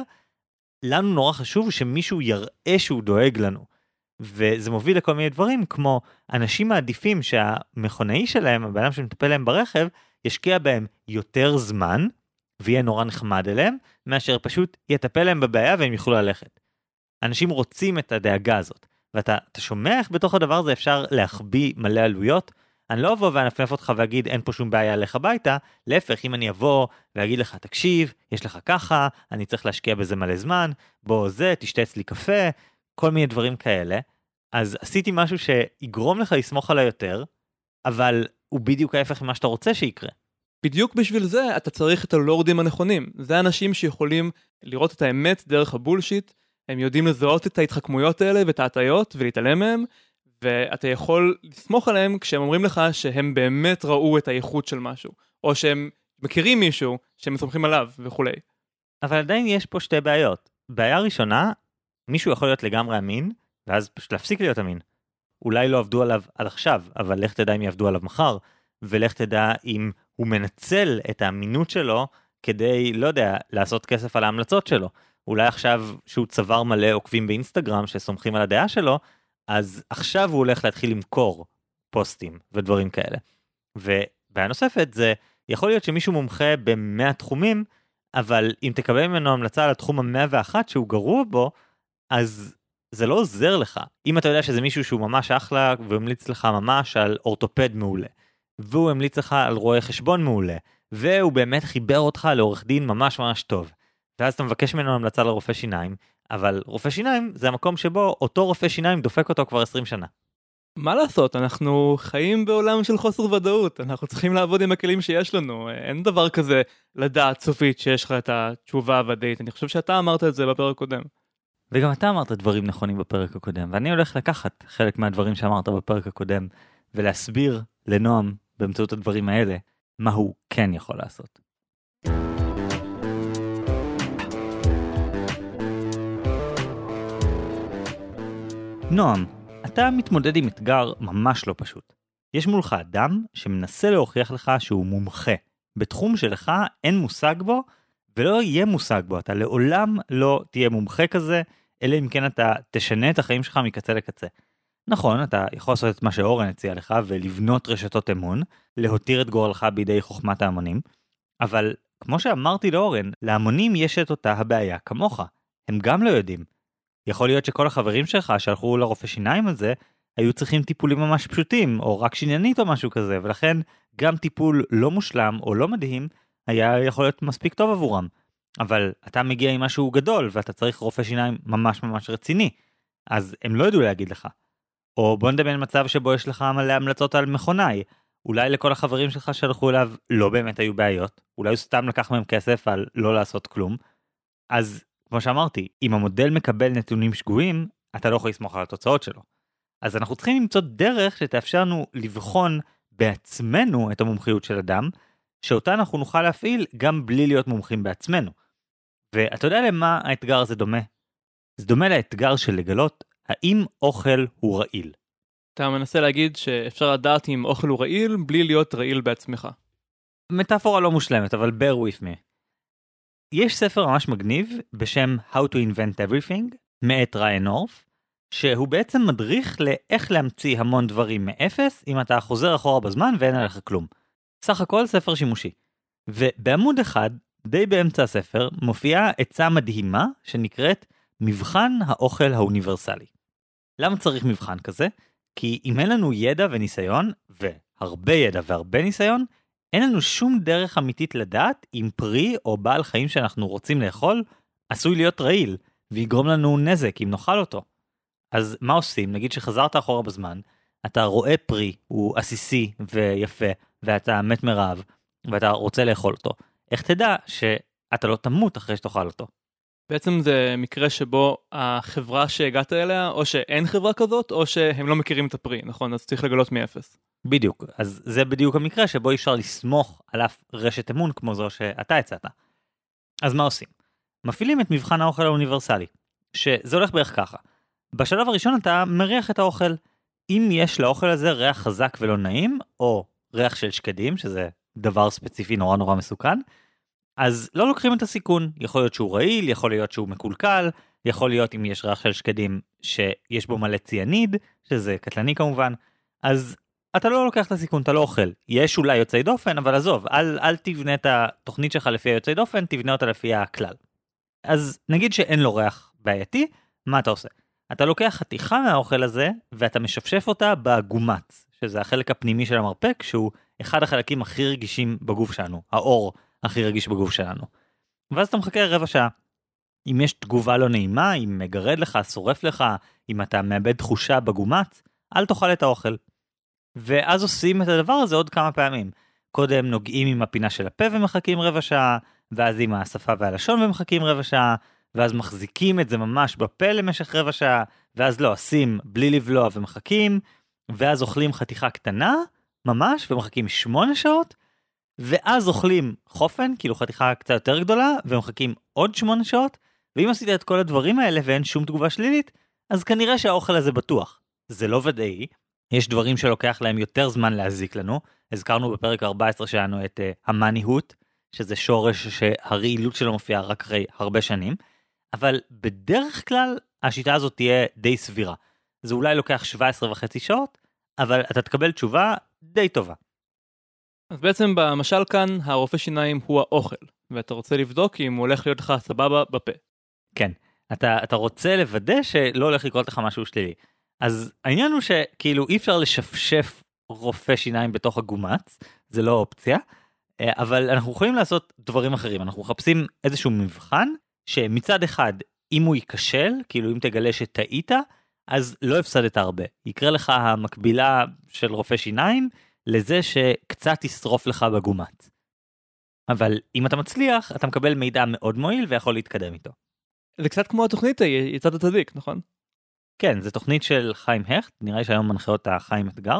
Speaker 1: לנו נורא חשוב שמישהו יראה שהוא דואג לנו. וזה מוביל לכל מיני דברים, כמו אנשים מעדיפים שהמכונאי שלהם, הבן אדם שמטפל להם ברכב, ישקיע בהם יותר זמן, ויהיה נורא נחמד אליהם, מאשר פשוט יטפל להם בבעיה והם יוכלו ללכת. אנשים רוצים את הדאגה הזאת, ואתה אתה שומע איך בתוך הדבר הזה אפשר להחביא מלא עלויות. אני לא אבוא ואנפנף אותך ואגיד אין פה שום בעיה לך הביתה, להפך, אם אני אבוא ואגיד לך תקשיב, יש לך ככה, אני צריך להשקיע בזה מלא זמן, בוא זה, תשתה אצלי קפה, כל מיני דברים כאלה, אז עשיתי משהו שיגרום לך לסמוך עליי יותר, אבל הוא בדיוק ההפך ממה שאתה רוצה שיקרה.
Speaker 2: בדיוק בשביל זה אתה צריך את הלורדים הנכונים. זה אנשים שיכולים לראות את האמת דרך הבולשיט, הם יודעים לזהות את ההתחכמויות האלה ואת ההטיות ולהתעלם מהם, ואתה יכול לסמוך עליהם כשהם אומרים לך שהם באמת ראו את האיכות של משהו, או שהם מכירים מישהו שהם מסומכים עליו וכו'.
Speaker 1: אבל עדיין יש פה שתי בעיות. בעיה ראשונה, מישהו יכול להיות לגמרי אמין, ואז פשוט להפסיק להיות אמין. אולי לא עבדו עליו עד עכשיו, אבל לך תדע אם יעבדו עליו מחר, ולך תדע אם הוא מנצל את האמינות שלו כדי, לא יודע, לעשות כסף על ההמלצות שלו. אולי עכשיו שהוא צבר מלא עוקבים באינסטגרם שסומכים על הדעה שלו, אז עכשיו הוא הולך להתחיל למכור פוסטים ודברים כאלה. ובעיה נוספת זה, יכול להיות שמישהו מומחה במאה תחומים, אבל אם תקבל ממנו המלצה על התחום המאה ואחת שהוא גרוע בו, אז זה לא עוזר לך. אם אתה יודע שזה מישהו שהוא ממש אחלה, והוא המליץ לך ממש על אורתופד מעולה, והוא המליץ לך על רואה חשבון מעולה, והוא באמת חיבר אותך לעורך דין ממש ממש טוב, ואז אתה מבקש ממנו המלצה לרופא שיניים, אבל רופא שיניים זה המקום שבו אותו רופא שיניים דופק אותו כבר עשרים שנה.
Speaker 2: מה לעשות? אנחנו חיים בעולם של חוסר ודאות, אנחנו צריכים לעבוד עם הכלים שיש לנו, אין דבר כזה לדעת סופית שיש לך את התשובה הוודאית. אני חושב שאתה אמרת את זה בפרק הקודם.
Speaker 1: וגם אתה אמרת דברים נכונים בפרק הקודם, ואני הולך לקחת חלק מהדברים שאמרת בפרק הקודם, ולהסביר לנועם באמצעות הדברים האלה, מה הוא כן יכול לעשות. נועם, אתה מתמודד עם אתגר ממש לא פשוט. יש מולך אדם שמנסה להוכיח לך שהוא מומחה. בתחום שלך אין מושג בו, ולא יהיה מושג בו. אתה לעולם לא תהיה מומחה כזה, אלא אם כן אתה תשנה את החיים שלך מקצה לקצה. נכון, אתה יכול לעשות את מה שאורן הציע לך, ולבנות רשתות אמון, להותיר את גורלך בידי חוכמת ההמונים, אבל כמו שאמרתי לאורן, להמונים יש את אותה הבעיה כמוך. הם גם לא יודעים. יכול להיות שכל החברים שלך שהלכו לרופא שיניים הזה, היו צריכים טיפולים ממש פשוטים, או רק שניינית או משהו כזה, ולכן גם טיפול לא מושלם או לא מדהים, היה יכול להיות מספיק טוב עבורם. אבל אתה מגיע עם משהו גדול, ואתה צריך רופא שיניים ממש ממש רציני, אז הם לא ידעו להגיד לך. או בוא נדמיין מצב שבו יש לך מלא המלצות על מכונאי, אולי לכל החברים שלך שהלכו אליו לא באמת היו בעיות, אולי הוא סתם לקח מהם כסף על לא לעשות כלום, אז כמו שאמרתי, אם המודל מקבל נתונים שגויים, אתה לא יכול לסמוך על התוצאות שלו. אז אנחנו צריכים למצוא דרך שתאפשר לנו לבחון בעצמנו את המומחיות של אדם, שאותה אנחנו נוכל להפעיל גם בלי להיות מומחים בעצמנו. ואתה יודע למה האתגר הזה דומה? זה דומה לאתגר של לגלות האם אוכל הוא רעיל.
Speaker 2: אתה מנסה להגיד שאפשר לדעת אם אוכל הוא רעיל בלי להיות רעיל בעצמך.
Speaker 1: מטאפורה לא מושלמת, אבל bear with me. יש ספר ממש מגניב בשם How to Invent Everything, מאת ריין אורף, שהוא בעצם מדריך לאיך להמציא המון דברים מאפס, אם אתה חוזר אחורה בזמן ואין עליך כלום. סך הכל ספר שימושי. ובעמוד אחד, די באמצע הספר, מופיעה עצה מדהימה שנקראת מבחן האוכל האוניברסלי. למה צריך מבחן כזה? כי אם אין לנו ידע וניסיון, והרבה ידע והרבה ניסיון, אין לנו שום דרך אמיתית לדעת אם פרי או בעל חיים שאנחנו רוצים לאכול עשוי להיות רעיל, ויגרום לנו נזק אם נאכל אותו. אז מה עושים? נגיד שחזרת אחורה בזמן, אתה רואה פרי, הוא עסיסי ויפה, ואתה מת מרעב, ואתה רוצה לאכול אותו. איך תדע שאתה לא תמות אחרי שתאכל אותו?
Speaker 2: בעצם זה מקרה שבו החברה שהגעת אליה, או שאין חברה כזאת, או שהם לא מכירים את הפרי, נכון? אז צריך לגלות מאפס.
Speaker 1: בדיוק, אז זה בדיוק המקרה שבו אי אפשר לסמוך על אף רשת אמון כמו זו שאתה הצעת. אז מה עושים? מפעילים את מבחן האוכל האוניברסלי, שזה הולך בערך ככה. בשלב הראשון אתה מריח את האוכל. אם יש לאוכל הזה ריח חזק ולא נעים, או ריח של שקדים, שזה דבר ספציפי נורא נורא מסוכן, אז לא לוקחים את הסיכון. יכול להיות שהוא רעיל, יכול להיות שהוא מקולקל, יכול להיות אם יש ריח של שקדים שיש בו מלא ציאניד, שזה קטלני כמובן, אז אתה לא לוקח את הסיכון, אתה לא אוכל. יש אולי יוצאי דופן, אבל עזוב, אל, אל תבנה את התוכנית שלך לפי היוצאי דופן, תבנה אותה לפי הכלל. אז נגיד שאין לו ריח בעייתי, מה אתה עושה? אתה לוקח חתיכה מהאוכל הזה, ואתה משפשף אותה בגומץ, שזה החלק הפנימי של המרפק, שהוא אחד החלקים הכי רגישים בגוף שלנו, האור הכי רגיש בגוף שלנו. ואז אתה מחכה רבע שעה. אם יש תגובה לא נעימה, אם מגרד לך, שורף לך, אם אתה מאבד תחושה בגומץ, אל תאכל את האוכל. ואז עושים את הדבר הזה עוד כמה פעמים. קודם נוגעים עם הפינה של הפה ומחכים רבע שעה, ואז עם השפה והלשון ומחכים רבע שעה, ואז מחזיקים את זה ממש בפה למשך רבע שעה, ואז לא עושים בלי לבלוע ומחכים, ואז אוכלים חתיכה קטנה, ממש, ומחכים שמונה שעות, ואז אוכלים חופן, כאילו חתיכה קצת יותר גדולה, ומחכים עוד שמונה שעות, ואם עשית את כל הדברים האלה ואין שום תגובה שלילית, אז כנראה שהאוכל הזה בטוח. זה לא ודאי, יש דברים שלוקח להם יותר זמן להזיק לנו, הזכרנו בפרק ארבע עשרה שלנו את uh, המניהות, שזה שורש שהרעילות שלו מופיעה רק אחרי הרבה שנים, אבל בדרך כלל השיטה הזאת תהיה די סבירה. זה אולי לוקח שבע עשרה וחצי שעות, אבל אתה תקבל תשובה די טובה.
Speaker 2: אז בעצם במשל כאן, הרופא שיניים הוא האוכל, ואתה רוצה לבדוק אם הוא הולך להיות לך סבבה בפה.
Speaker 1: כן, אתה, אתה רוצה לוודא שלא הולך לקרות לך משהו שלילי. אז העניין הוא שכאילו אי אפשר לשפשף רופא שיניים בתוך הגומץ, זה לא אופציה, אבל אנחנו יכולים לעשות דברים אחרים. אנחנו מחפשים איזשהו מבחן, שמצד אחד, אם הוא ייכשל, כאילו אם תגלה שטעית, אז לא הפסדת הרבה. יקרה לך המקבילה של רופא שיניים, לזה שקצת ישרוף לך בגומץ. אבל אם אתה מצליח, אתה מקבל מידע מאוד מועיל ויכול להתקדם איתו.
Speaker 2: זה קצת כמו התוכנית יצאת הצדיק, נכון?
Speaker 1: כן, זו תוכנית של חיים הכט, נראה לי שהיום מנחה אותה חיים אתגר,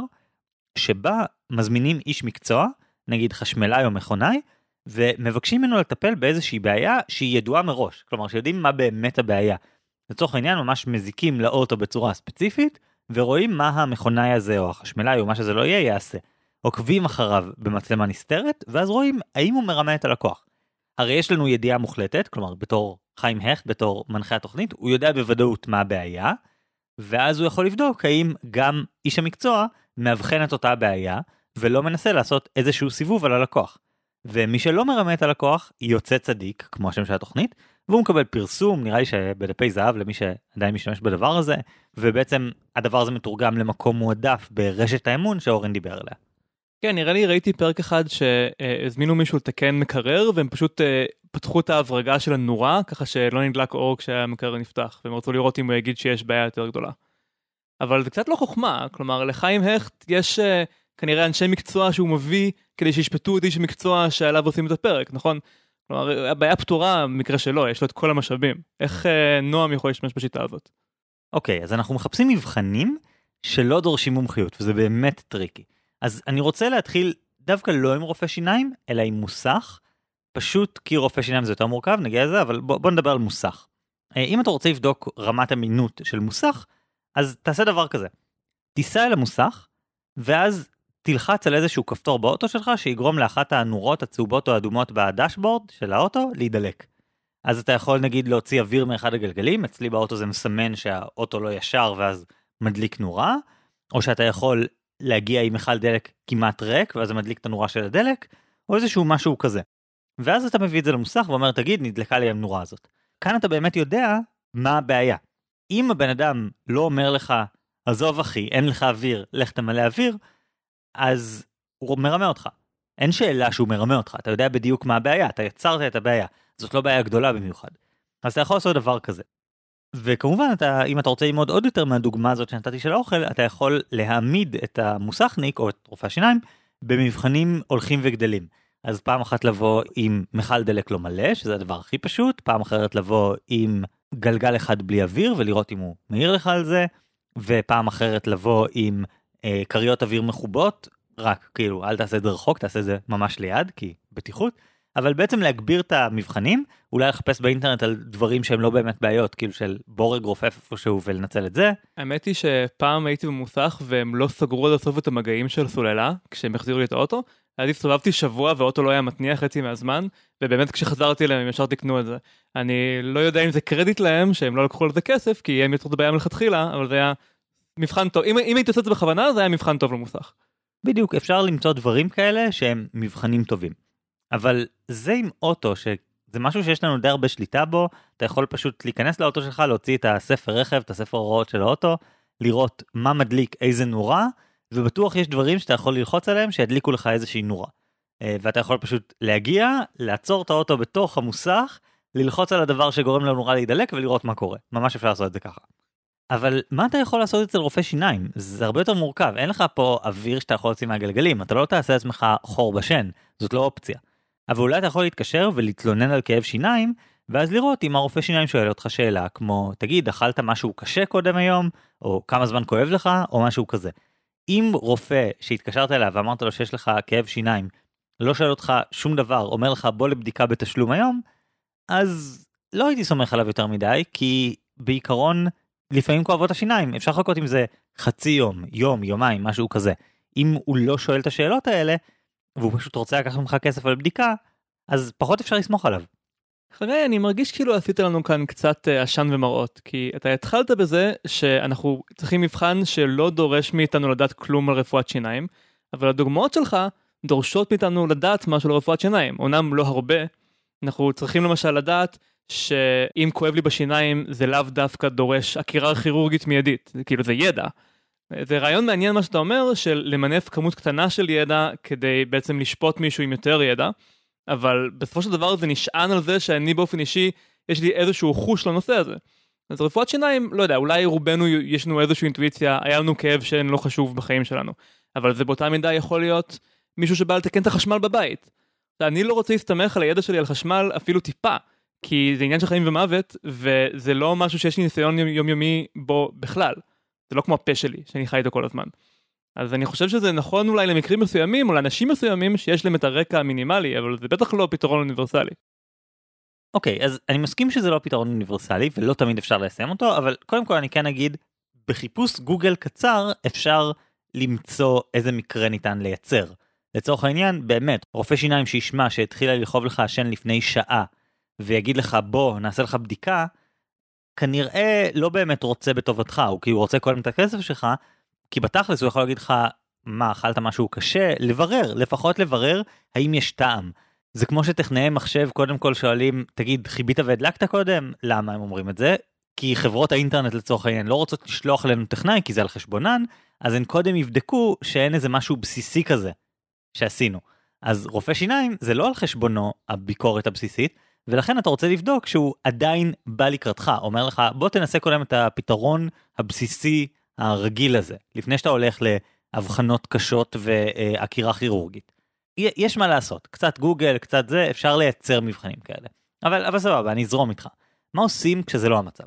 Speaker 1: שבה מזמינים איש מקצוע, נגיד חשמלאי או מכונאי, ומבקשים ממנו לטפל באיזושהי בעיה שהיא ידועה מראש, כלומר שיודעים מה באמת הבעיה. לצורך העניין ממש מזיקים לאוטו בצורה ספציפית, ורואים מה המכונאי הזה או החשמלאי או מה שזה לא יהיה יעשה. עוקבים אחריו במצלמה נסתרת, ואז רואים האם הוא מרמה את הלקוח. הרי יש לנו ידיעה מוחלטת, כלומר בתור חיים הכט, בתור מנחה התוכנית, הוא יודע בוודאות מה הבעיה, ואז הוא יכול לבדוק האם גם איש המקצוע מאבחן את אותה הבעיה, ולא מנסה לעשות איזשהו סיבוב על הלקוח. ומי שלא מרמה את הלקוח, יוצא צדיק, כמו השם של התוכנית, והוא מקבל פרסום, נראה לי שבדפי זהב למי שעדיין משתמש בדבר הזה, ובעצם הדבר הזה מתורגם למקום מועדף ברשת האמון שאורן דיבר עליה.
Speaker 2: כן, נראה לי ראיתי פרק אחד שהזמינו מישהו לתקן מקרר, והם פשוט פתחו את ההברגה של הנורה, ככה שלא נדלק אור כשהמקרר נפתח, והם רצו לראות אם הוא יגיד שיש בעיה יותר גדולה. אבל זה קצת לא חוכמה, כלומר לחיים הכט יש כנראה אנשי מקצוע שהוא מביא כדי שישפטו את איש המקצוע שעליו עושים את הפרק, נכון? כלומר, הבעיה פתורה במקרה שלו, יש לו את כל המשאבים. איך נועם יכול להשתמש בשיטה הזאת?
Speaker 1: אוקיי, אז אנחנו מחפשים מבחנים שלא דורשים מומחיות, וזה באמת טריקי. אז אני רוצה להתחיל דווקא לא עם רופא שיניים, אלא עם מוסך, פשוט כי רופא שיניים זה יותר מורכב, נגיע לזה, אבל בוא, בוא נדבר על מוסך. אם אתה רוצה לבדוק רמת אמינות של מוסך, אז תעשה דבר כזה. תיסע אל המוסך, ואז תלחץ על איזשהו כפתור באוטו שלך, שיגרום לאחת הנורות הצהובות או האדומות בדשבורד של האוטו להידלק. אז אתה יכול נגיד להוציא אוויר מאחד הגלגלים, אצלי באוטו זה מסמן שהאוטו לא ישר ואז מדליק נורה, או שאתה יכול להגיע עם מכל דלק כמעט ריק, ואז זה מדליק את הנורה של הדלק, או איזשהו משהו כזה. ואז אתה מביא את זה למוסך ואומר, תגיד, נדלקה לי הנורה הזאת. כאן אתה באמת יודע מה הבעיה. אם הבן אדם לא אומר לך, עזוב אחי, אין לך אוויר, לך תמלא אוויר, אז הוא מרמה אותך. אין שאלה שהוא מרמה אותך, אתה יודע בדיוק מה הבעיה, אתה יצרת את הבעיה. זאת לא בעיה גדולה במיוחד. אז אתה יכול לעשות דבר כזה. וכמובן, אתה, אם אתה רוצה ללמוד עוד יותר מהדוגמה הזאת שנתתי של האוכל, אתה יכול להעמיד את המוסכניק או את רופא השיניים במבחנים הולכים וגדלים. אז פעם אחת לבוא עם מכל דלק לא מלא, שזה הדבר הכי פשוט, פעם אחרת לבוא עם גלגל אחד בלי אוויר ולראות אם הוא מהיר לך על זה, ופעם אחרת לבוא עם אה, קריות אוויר מחובות, רק כאילו אל תעשה את זה רחוק, תעשה את זה ממש ליד, כי בטיחות, אבל בעצם להגביר את המבחנים, אולי לחפש באינטרנט על דברים שהם לא באמת בעיות, כאילו של בורג רופף איפשהו ולנצל את זה.
Speaker 2: האמת היא שפעם הייתי במוסך והם לא סגרו עד הסוף את המגעים של סוללה, כשהם החזירו לי את האוטו, אז הסתובבתי שבוע והאוטו לא היה מתניע חצי מהזמן, ובאמת כשחזרתי להם הם ישר תקנו את זה. אני לא יודע אם זה קרדיט להם שהם לא לקחו על זה כסף, כי הם יצרו את הבעיה מלכתחילה, אבל זה היה מבחן טוב. אם, אם הייתי עושה את זה בכוונה, זה היה מבחן טוב למוסך.
Speaker 1: בדיוק, אפשר למצוא דברים כאלה שהם מבחנים טובים. אבל זה עם אוטו, שזה משהו שיש לנו די הרבה שליטה בו, אתה יכול פשוט להיכנס לאוטו שלך, להוציא את הספר רכב, את הספר הוראות של האוטו, לראות מה מדליק איזה נורה, ובטוח יש דברים שאתה יכול ללחוץ עליהם שידליקו לך איזושהי נורה. ואתה יכול פשוט להגיע, לעצור את האוטו בתוך המוסך, ללחוץ על הדבר שגורם לנורה להידלק ולראות מה קורה. ממש אפשר לעשות את זה ככה. אבל מה אתה יכול לעשות אצל רופא שיניים? זה הרבה יותר מורכב. אין לך פה אוויר שאתה יכול להוציא מהגלגלים. אתה לא תעשה עצמך חור בשן. זאת לא אופציה. אבל אולי אתה יכול להתקשר ולהתלונן על כאב שיניים, ואז לראות אם הרופא שיניים שואל אותך שאלה, כמו, תגיד, אכלת משהו קשה קודם היום, או כמה זמן כואב לך, או משהו כזה. אם רופא שהתקשרת אליו ואמרת לו שיש לך כאב שיניים, לא שואל אותך שום דבר, אומר לך בוא לבדיקה בתשלום היום, אז לא הייתי סומך עליו יותר מדי, כי בעיקרון לפעמים כואבות השיניים, אפשר לחכות עם זה חצי יום, יום, יומיים, משהו כזה. אם הוא לא שואל את השאלות האלה, והוא פשוט רוצה לקחת ממך כסף על בדיקה, אז פחות אפשר לסמוך עליו.
Speaker 2: אחרי, אני מרגיש כאילו עשית לנו כאן קצת עשן ומראות, כי אתה התחלת בזה שאנחנו צריכים מבחן שלא דורש מאיתנו לדעת כלום על רפואת שיניים, אבל הדוגמאות שלך דורשות מאיתנו לדעת משהו על רפואת שיניים. אומנם לא הרבה, אנחנו צריכים למשל לדעת שאם כואב לי בשיניים זה לאו דווקא דורש עקירה כירורגית מיידית, זה כאילו זה ידע. זה רעיון מעניין מה שאתה אומר, של למנף כמות קטנה של ידע כדי בעצם לשפוט מישהו עם יותר ידע, אבל בסופו של דבר זה נשען על זה שאני באופן אישי, יש לי איזשהו חוש לנושא הזה. אז רפואת שיניים, לא יודע, אולי רובנו יש לנו איזושהי אינטואיציה, היה לנו כאב שאין לא חשוב בחיים שלנו, אבל זה באותה מידה יכול להיות מישהו שבא לתקן את החשמל בבית. אני לא רוצה להסתמך על הידע שלי על חשמל אפילו טיפה, כי זה עניין של חיים ומוות, וזה לא משהו שיש לי ניסיון יומיומי בו בכלל. זה לא כמו הפה שלי, שאני חי איתו כל הזמן. אז אני חושב שזה נכון אולי למקרים מסוימים, או לאנשים מסוימים שיש להם את הרקע המינימלי, אבל זה בטח לא פתרון אוניברסלי.
Speaker 1: אוקיי, אז אני מסכים שזה לא פתרון אוניברסלי, ולא תמיד אפשר ליישם אותו, אבל קודם כל אני כן אגיד, בחיפוש גוגל קצר אפשר למצוא איזה מקרה ניתן לייצר. לצורך העניין, באמת, רופא שיניים שישמע שהתחילה ללחוב לך השן לפני שעה, ויגיד לך בוא נעשה לך בדיקה, כנראה לא באמת רוצה בטובתך, הוא כי הוא רוצה קודם את הכסף שלך, כי בתכלס הוא יכול להגיד לך, מה, אכלת משהו קשה? לברר, לפחות לברר, האם יש טעם. זה כמו שטכנאי מחשב קודם כל שואלים, תגיד, חיבית והדלקת קודם? למה הם אומרים את זה? כי חברות האינטרנט לצורך העניין לא רוצות לשלוח לנו טכנאי, כי זה על חשבונן, אז הן קודם יבדקו שאין איזה משהו בסיסי כזה שעשינו. אז רופא שיניים זה לא על חשבונו הביקורת הבסיסית, ולכן אתה רוצה לבדוק שהוא עדיין בא לקראתך, אומר לך, בוא תנסה קודם את הפתרון הבסיסי הרגיל הזה, לפני שאתה הולך להבחנות קשות ועקירה כירורגית. יש מה לעשות, קצת גוגל, קצת זה, אפשר לייצר מבחנים כאלה. אבל, אבל סבבה, אני אזרום איתך. מה עושים כשזה לא המצב?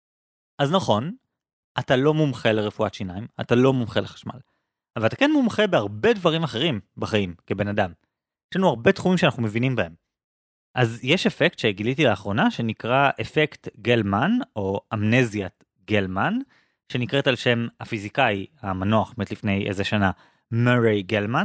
Speaker 1: אז נכון, אתה לא מומחה לרפואת שיניים, אתה לא מומחה לחשמל, אבל אתה כן מומחה בהרבה דברים אחרים בחיים, כבן אדם. יש לנו הרבה תחומים שאנחנו מבינים בהם. אז יש אפקט שגיליתי לאחרונה, שנקרא אפקט גלמן, או אמנזיית גלמן, שנקראת על שם הפיזיקאי המנוח מת לפני איזה שנה, מורי גלמן,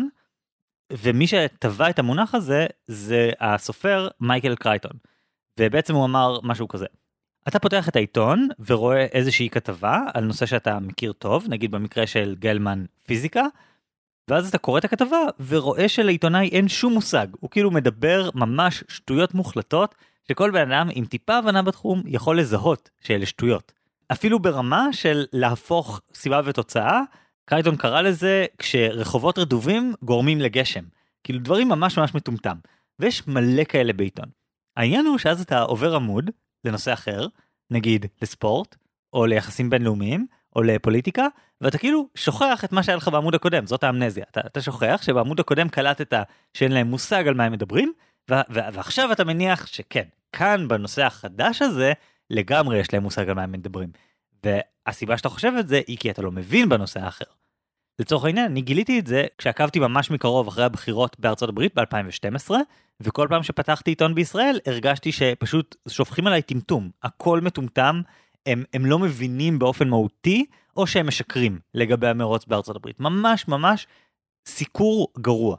Speaker 1: ומי שטבע את המונח הזה זה הסופר מייקל קרייטון, ובעצם הוא אמר משהו כזה. אתה פותח את העיתון ורואה איזושהי כתבה על נושא שאתה מכיר טוב, נגיד במקרה של גלמן פיזיקה, ואז אתה קורא את הכתבה ורואה שלעיתונאי אין שום מושג, הוא כאילו מדבר ממש שטויות מוחלטות, שכל בן אדם עם טיפה הבנה בתחום יכול לזהות שאלה שטויות. אפילו ברמה של להפוך סיבה ותוצאה, קרייטון קרא לזה כשרחובות רדובים גורמים לגשם. כאילו דברים ממש ממש מטומטם. ויש מלא כאלה בעיתון. העניין הוא שאז אתה עובר עמוד לנושא אחר, נגיד לספורט, או ליחסים בינלאומיים, או לפוליטיקה, ואתה כאילו שוכח את מה שהיה לך בעמוד הקודם, זאת האמנזיה. אתה, אתה שוכח שבעמוד הקודם קלטת שאין להם מושג על מה הם מדברים, ו- ו- ועכשיו אתה מניח שכן, כאן בנושא החדש הזה, לגמרי יש להם מושג על מה הם מדברים. והסיבה שאתה חושב את זה היא כי אתה לא מבין בנושא האחר. לצורך העניין, אני גיליתי את זה כשעקבתי ממש מקרוב אחרי הבחירות בארצות הברית ב-אלפיים ושתים עשרה, וכל פעם שפתחתי עיתון בישראל, הרגשתי שפשוט שופכים עליי טמטום. הכל מטומטם, הם, הם לא מבינים באופן מהותי, או שהם משקרים לגבי המרוץ בארצות הברית. ממש ממש סיקור גרוע.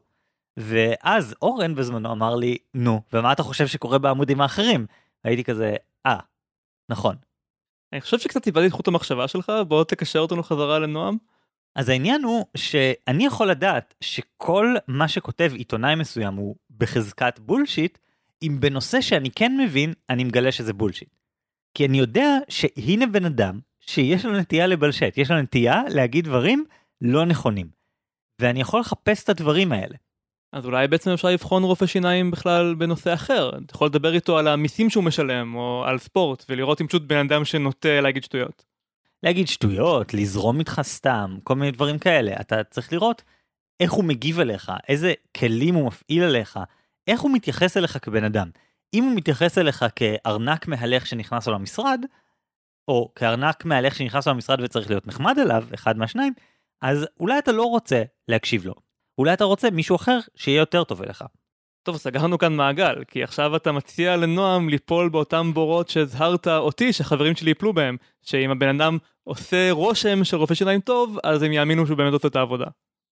Speaker 1: ואז אורן בזמנו אמר לי, נו, ומה אתה חושב שקורה בעמודים האחרים? הייתי כזה, אה, נכון.
Speaker 2: אני חושב שקצת איבדתי את חוט המחשבה שלך, בוא תקשר אותנו חזרה לנועם.
Speaker 1: אז העניין הוא שאני יכול לדעת שכל מה שכותב עיתונאי מסוים הוא בחזקת בולשיט, אם בנושא שאני כן מבין, אני מגלה שזה בולשיט. כי אני יודע שהנה בן אדם שיש לו נטייה לבלשט, יש לו נטייה להגיד דברים לא נכונים. ואני יכול לחפש את הדברים האלה.
Speaker 2: אז אולי בעצם אפשר לבחון רופא שיניים בכלל בנושא אחר. אתה יכול לדבר איתו על המיסים שהוא משלם, או על ספורט, ולראות אם פשוט בן אדם שנוטה להגיד שטויות.
Speaker 1: להגיד שטויות, לזרום איתך סתם, כל מיני דברים כאלה. אתה צריך לראות איך הוא מגיב אליך, איזה כלים הוא מפעיל אליך, איך הוא מתייחס אליך כבן אדם. אם הוא מתייחס אליך כארנק מהלך שנכנס לו למשרד, או כארנק מהלך שנכנס לו למשרד וצריך להיות נחמד אליו, אחד מהשניים, אז אולי אתה לא רוצה להקשיב לו. אולי אתה רוצה מישהו אחר שיהיה יותר טוב אליך.
Speaker 2: טוב, סגרנו כאן מעגל, כי עכשיו אתה מציע לנועם ליפול באותם בורות שהזהרת אותי, שחברים שלי יפלו בהם, שאם הבן אדם עושה רושם של רופא שיניים טוב, אז הם יאמינו שהוא באמת עושה את העבודה.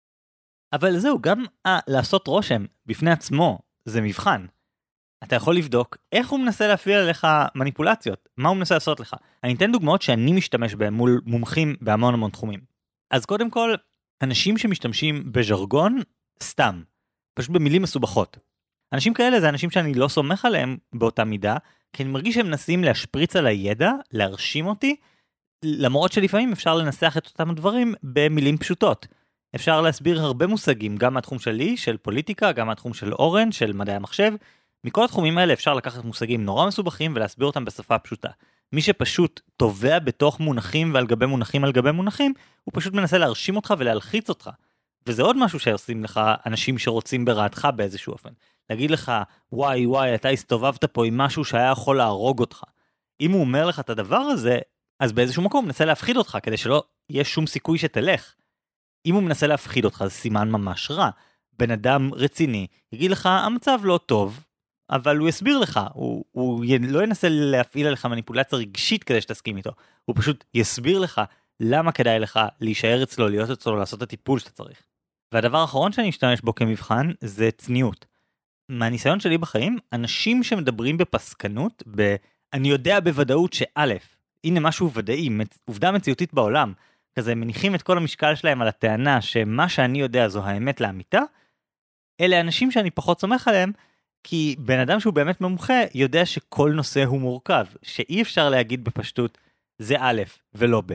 Speaker 1: אבל זהו, גם אה, לעשות רושם בפני עצמו, זה מבחן. אתה יכול לבדוק איך הוא מנסה להפעיל עליך מניפולציות, מה הוא מנסה לעשות לך. אני אתן דוגמאות שאני משתמש בהם מול מומחים בהמון המון תחומים. אז קודם כל, אנשים שמשתמשים בז'רגון, סתם, פשוט במילים מסובכות. אנשים כאלה זה אנשים שאני לא סומך עליהם באותה מידה, כי אני מרגיש שהם מנסים להשפריץ על הידע, להרשים אותי, למרות שלפעמים אפשר לנסח את אותם הדברים במילים פשוטות. אפשר להסביר הרבה מושגים, גם מהתחום שלי, של פוליטיקה, גם מהתחום של אורן, של מדעי המחשב. מכל התחומים האלה אפשר לקחת מושגים נורא מסובכים ולהסביר אותם בשפה פשוטה. מי שפשוט טובע בתוך מונחים ועל גבי מונחים על גבי מונחים, הוא פשוט מנסה להרשים אותך ולהלחיץ אותך. וזה עוד משהו שעושים לך אנשים שרוצים ברעתך באיזשהו אופן. להגיד לך, וואי וואי, אתה הסתובבת פה עם משהו שהיה יכול להרוג אותך. אם הוא אומר לך את הדבר הזה, אז באיזשהו מקום מנסה להפחיד אותך, כדי שלא יהיה שום סיכוי שתלך. אם הוא מנסה להפחיד אותך, זה סימן ממש רע. בן אדם רציני, יגיד לך, המצב לא טוב, אבל הוא יסביר לך, הוא, הוא לא ינסה להפעיל עליך מניפולציה רגשית כדי שתסכים איתו, הוא פשוט יסביר לך למה כדאי לך להישאר אצלו, להיות אצלו, לעשות את הטיפול שאתה צריך. והדבר האחרון שאני אשתמש בו כמבחן זה צניעות. מהניסיון שלי בחיים, אנשים שמדברים בפסקנות, ב... אני יודע בוודאות שא', הנה משהו ודאי, עובדה מציאותית בעולם, כזה מניחים את כל המשקל שלהם על הטענה שמה שאני יודע זו האמת לאמיתה, אלה אנשים שאני פחות סומך עליהם, כי בן אדם שהוא באמת מומחה יודע שכל נושא הוא מורכב, שאי אפשר להגיד בפשטות, זה א' ולא ב'.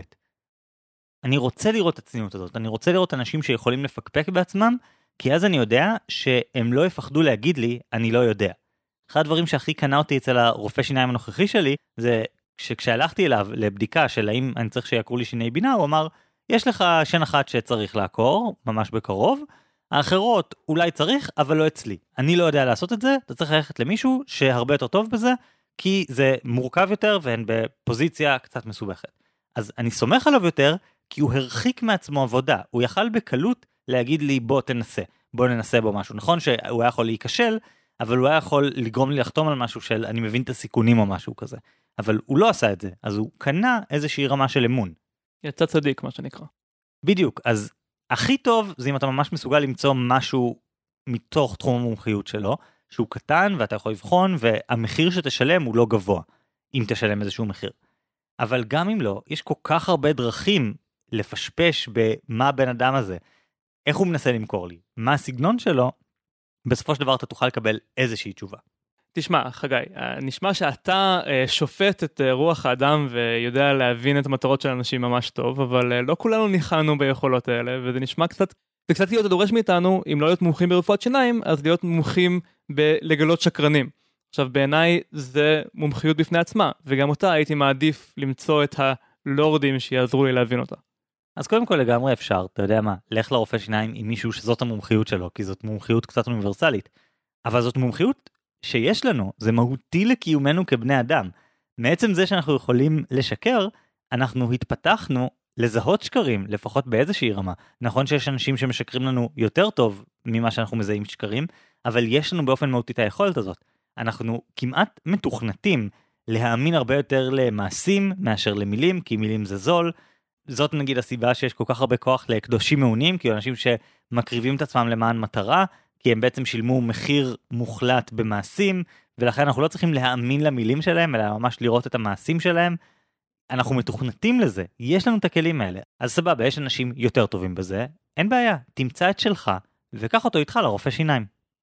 Speaker 1: אני רוצה לראות את הצניעות הזאת, אני רוצה לראות אנשים שיכולים לפקפק בעצמם, כי אז אני יודע שהם לא יפחדו להגיד לי, אני לא יודע. אחד הדברים שהכי קנה אותי אצל הרופא שיניים הנוכחי שלי, זה שכשהלכתי אליו לבדיקה של האם אני צריך שיעקרו לי שיני בינה, הוא אמר, יש לך שן אחת שצריך לעקור, ממש בקרוב, האחרות אולי צריך, אבל לא אצלי. אני לא יודע לעשות את זה, אתה צריך ללכת למישהו שהרבה יותר טוב בזה, כי זה מורכב יותר והן בפוזיציה קצת מסובכת. אז אני סומך עליו יותר, כי הוא הרחיק מעצמו עבודה. הוא יכל בקלות להגיד לי, בוא תנסה, בוא ננסה בו משהו. נכון שהוא היה יכול להיכשל, אבל הוא היה יכול לגרום לי לחתום על משהו של אני מבין את הסיכונים או משהו כזה. אבל הוא לא עשה את זה, אז הוא קנה איזושהי רמה של אמון.
Speaker 2: יצא צדיק, מה שנקרא.
Speaker 1: בדיוק, אז הכי טוב זה אם אתה ממש מסוגל למצוא משהו מתוך תחום המומחיות שלו, שהוא קטן ואתה יכול לבחון, והמחיר שתשלם הוא לא גבוה, אם תשלם איזשהו מחיר. אבל גם אם לא, יש כל כך הרבה דרכים לפשפש במה הבן אדם הזה, איך הוא מנסה למכור לי, מה הסגנון שלו, בסופו של דבר אתה תוכל לקבל איזושהי תשובה.
Speaker 2: תשמע, חגי, נשמע שאתה שופט את רוח האדם ויודע להבין את המטרות של אנשים ממש טוב, אבל לא כולנו ניחנו ביכולות האלה, וזה נשמע קצת, זה קצת כאילו אתה דורש מאיתנו, אם לא להיות מומחים ברפואת שיניים, אז להיות מומחים בלגלות שקרנים. עכשיו, בעיניי זה מומחיות בפני עצמה, וגם אותה הייתי מעדיף למצוא את הלורדים שיעזרו לי להבין אותה.
Speaker 1: אז קודם כל לגמרי אפשר, אתה יודע מה, לך לרופא שיניים עם מישהו שזאת המומחיות שלו, כי זאת מומחיות קצת אוניברסלית, אבל זאת מומחיות שיש לנו, זה מהותי לקיומנו כבני אדם. מעצם זה שאנחנו יכולים לשקר, אנחנו התפתחנו לזהות שקרים, לפחות באיזושהי רמה. נכון שיש אנשים שמשקרים לנו יותר טוב ממה שאנחנו מזהים שקרים, אבל יש לנו באופן מהותי את היכולת הזאת. אנחנו כמעט מתוכנתים להאמין הרבה יותר למעשים מאשר למילים, כי מילים זה זול. זאת נגיד הסיבה שיש כל כך הרבה כוח לקדושים מעונים, כי אנשים שמקריבים את עצמם למען מטרה, כי הם בעצם שילמו מחיר מוחלט במעשים, ולכן אנחנו לא צריכים להאמין למילים שלהם, אלא ממש לראות את המעשים שלהם. אנחנו מתוכנתים לזה, יש לנו את הכלים האלה. אז סבבה, יש אנשים יותר טובים בזה, אין בעיה, תמצא את שלך, וקח אותו איתך לרופא שיניים.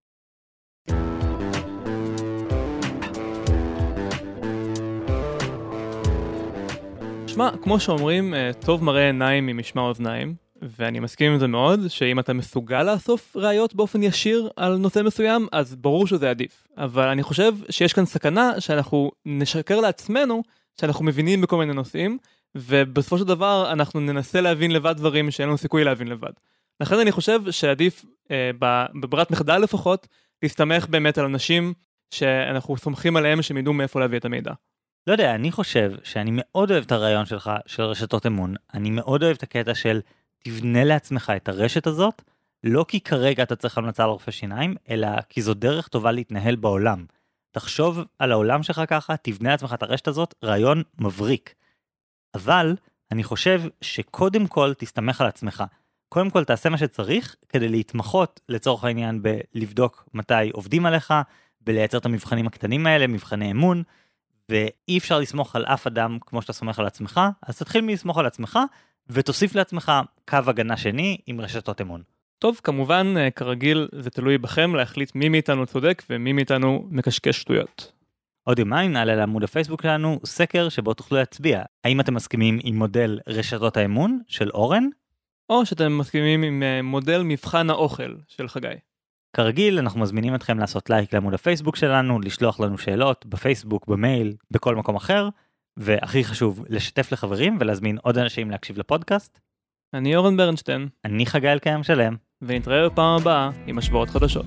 Speaker 2: שמע, כמו שאומרים, טוב מראה עיניים ממשמע אוזניים, ואני מסכים עם זה מאוד, שאם אתה מסוגל לאסוף ראיות באופן ישיר על נושא מסוים, אז ברור שזה עדיף. אבל אני חושב שיש כאן סכנה שאנחנו נשקר לעצמנו, שאנחנו מבינים בכל מיני נושאים, ובסופו של דבר אנחנו ננסה להבין לבד דברים שאין לנו סיכוי להבין לבד. לכן אני חושב שעדיף, אה, בברירת מחדל לפחות, להסתמך באמת על אנשים שאנחנו סומכים עליהם שהם ידעו מאיפה להביא את המידע.
Speaker 1: לא יודע, אני חושב שאני מאוד אוהב את הרעיון שלך של רשתות אמון. אני מאוד אוהב את הקטע של תבנה לעצמך את הרשת הזאת, לא כי כרגע אתה צריך המלצה לרופא שיניים, אלא כי זו דרך טובה להתנהל בעולם. תחשוב על העולם שלך ככה, תבנה לעצמך את הרשת הזאת, רעיון מבריק. אבל אני חושב שקודם כל תסתמך על עצמך. קודם כל תעשה מה שצריך כדי להתמחות לצורך העניין בלבדוק מתי עובדים עליך, בלייצר את המבחנים הקטנים האלה, מבחני אמון, ואי אפשר לסמוך על אף אדם כמו שאתה סומך על עצמך, אז תתחיל מלסמוך על עצמך, ותוסיף לעצמך קו הגנה שני עם רשתות אמון.
Speaker 2: טוב, כמובן, כרגיל, זה תלוי בכם להחליט מי מאיתנו צודק ומי מאיתנו מקשקש שטויות.
Speaker 1: עוד יומיים נעלה לעמוד הפייסבוק שלנו סקר שבו תוכלו להצביע. האם אתם מסכימים עם מודל רשתות האמון של אורן?
Speaker 2: או שאתם מסכימים עם מודל מבחן האוכל של חגי.
Speaker 1: כרגיל, אנחנו מזמינים אתכם לעשות לייק לעמוד הפייסבוק שלנו, לשלוח לנו שאלות בפייסבוק, במייל, בכל מקום אחר, והכי חשוב, לשתף לחברים ולהזמין עוד אנשים להקשיב לפודקאסט.
Speaker 2: אני אורן ברנשטיין.
Speaker 1: אני חגי אלקיים שלם.
Speaker 2: ונתראה בפעם הבאה עם השוואות חדשות.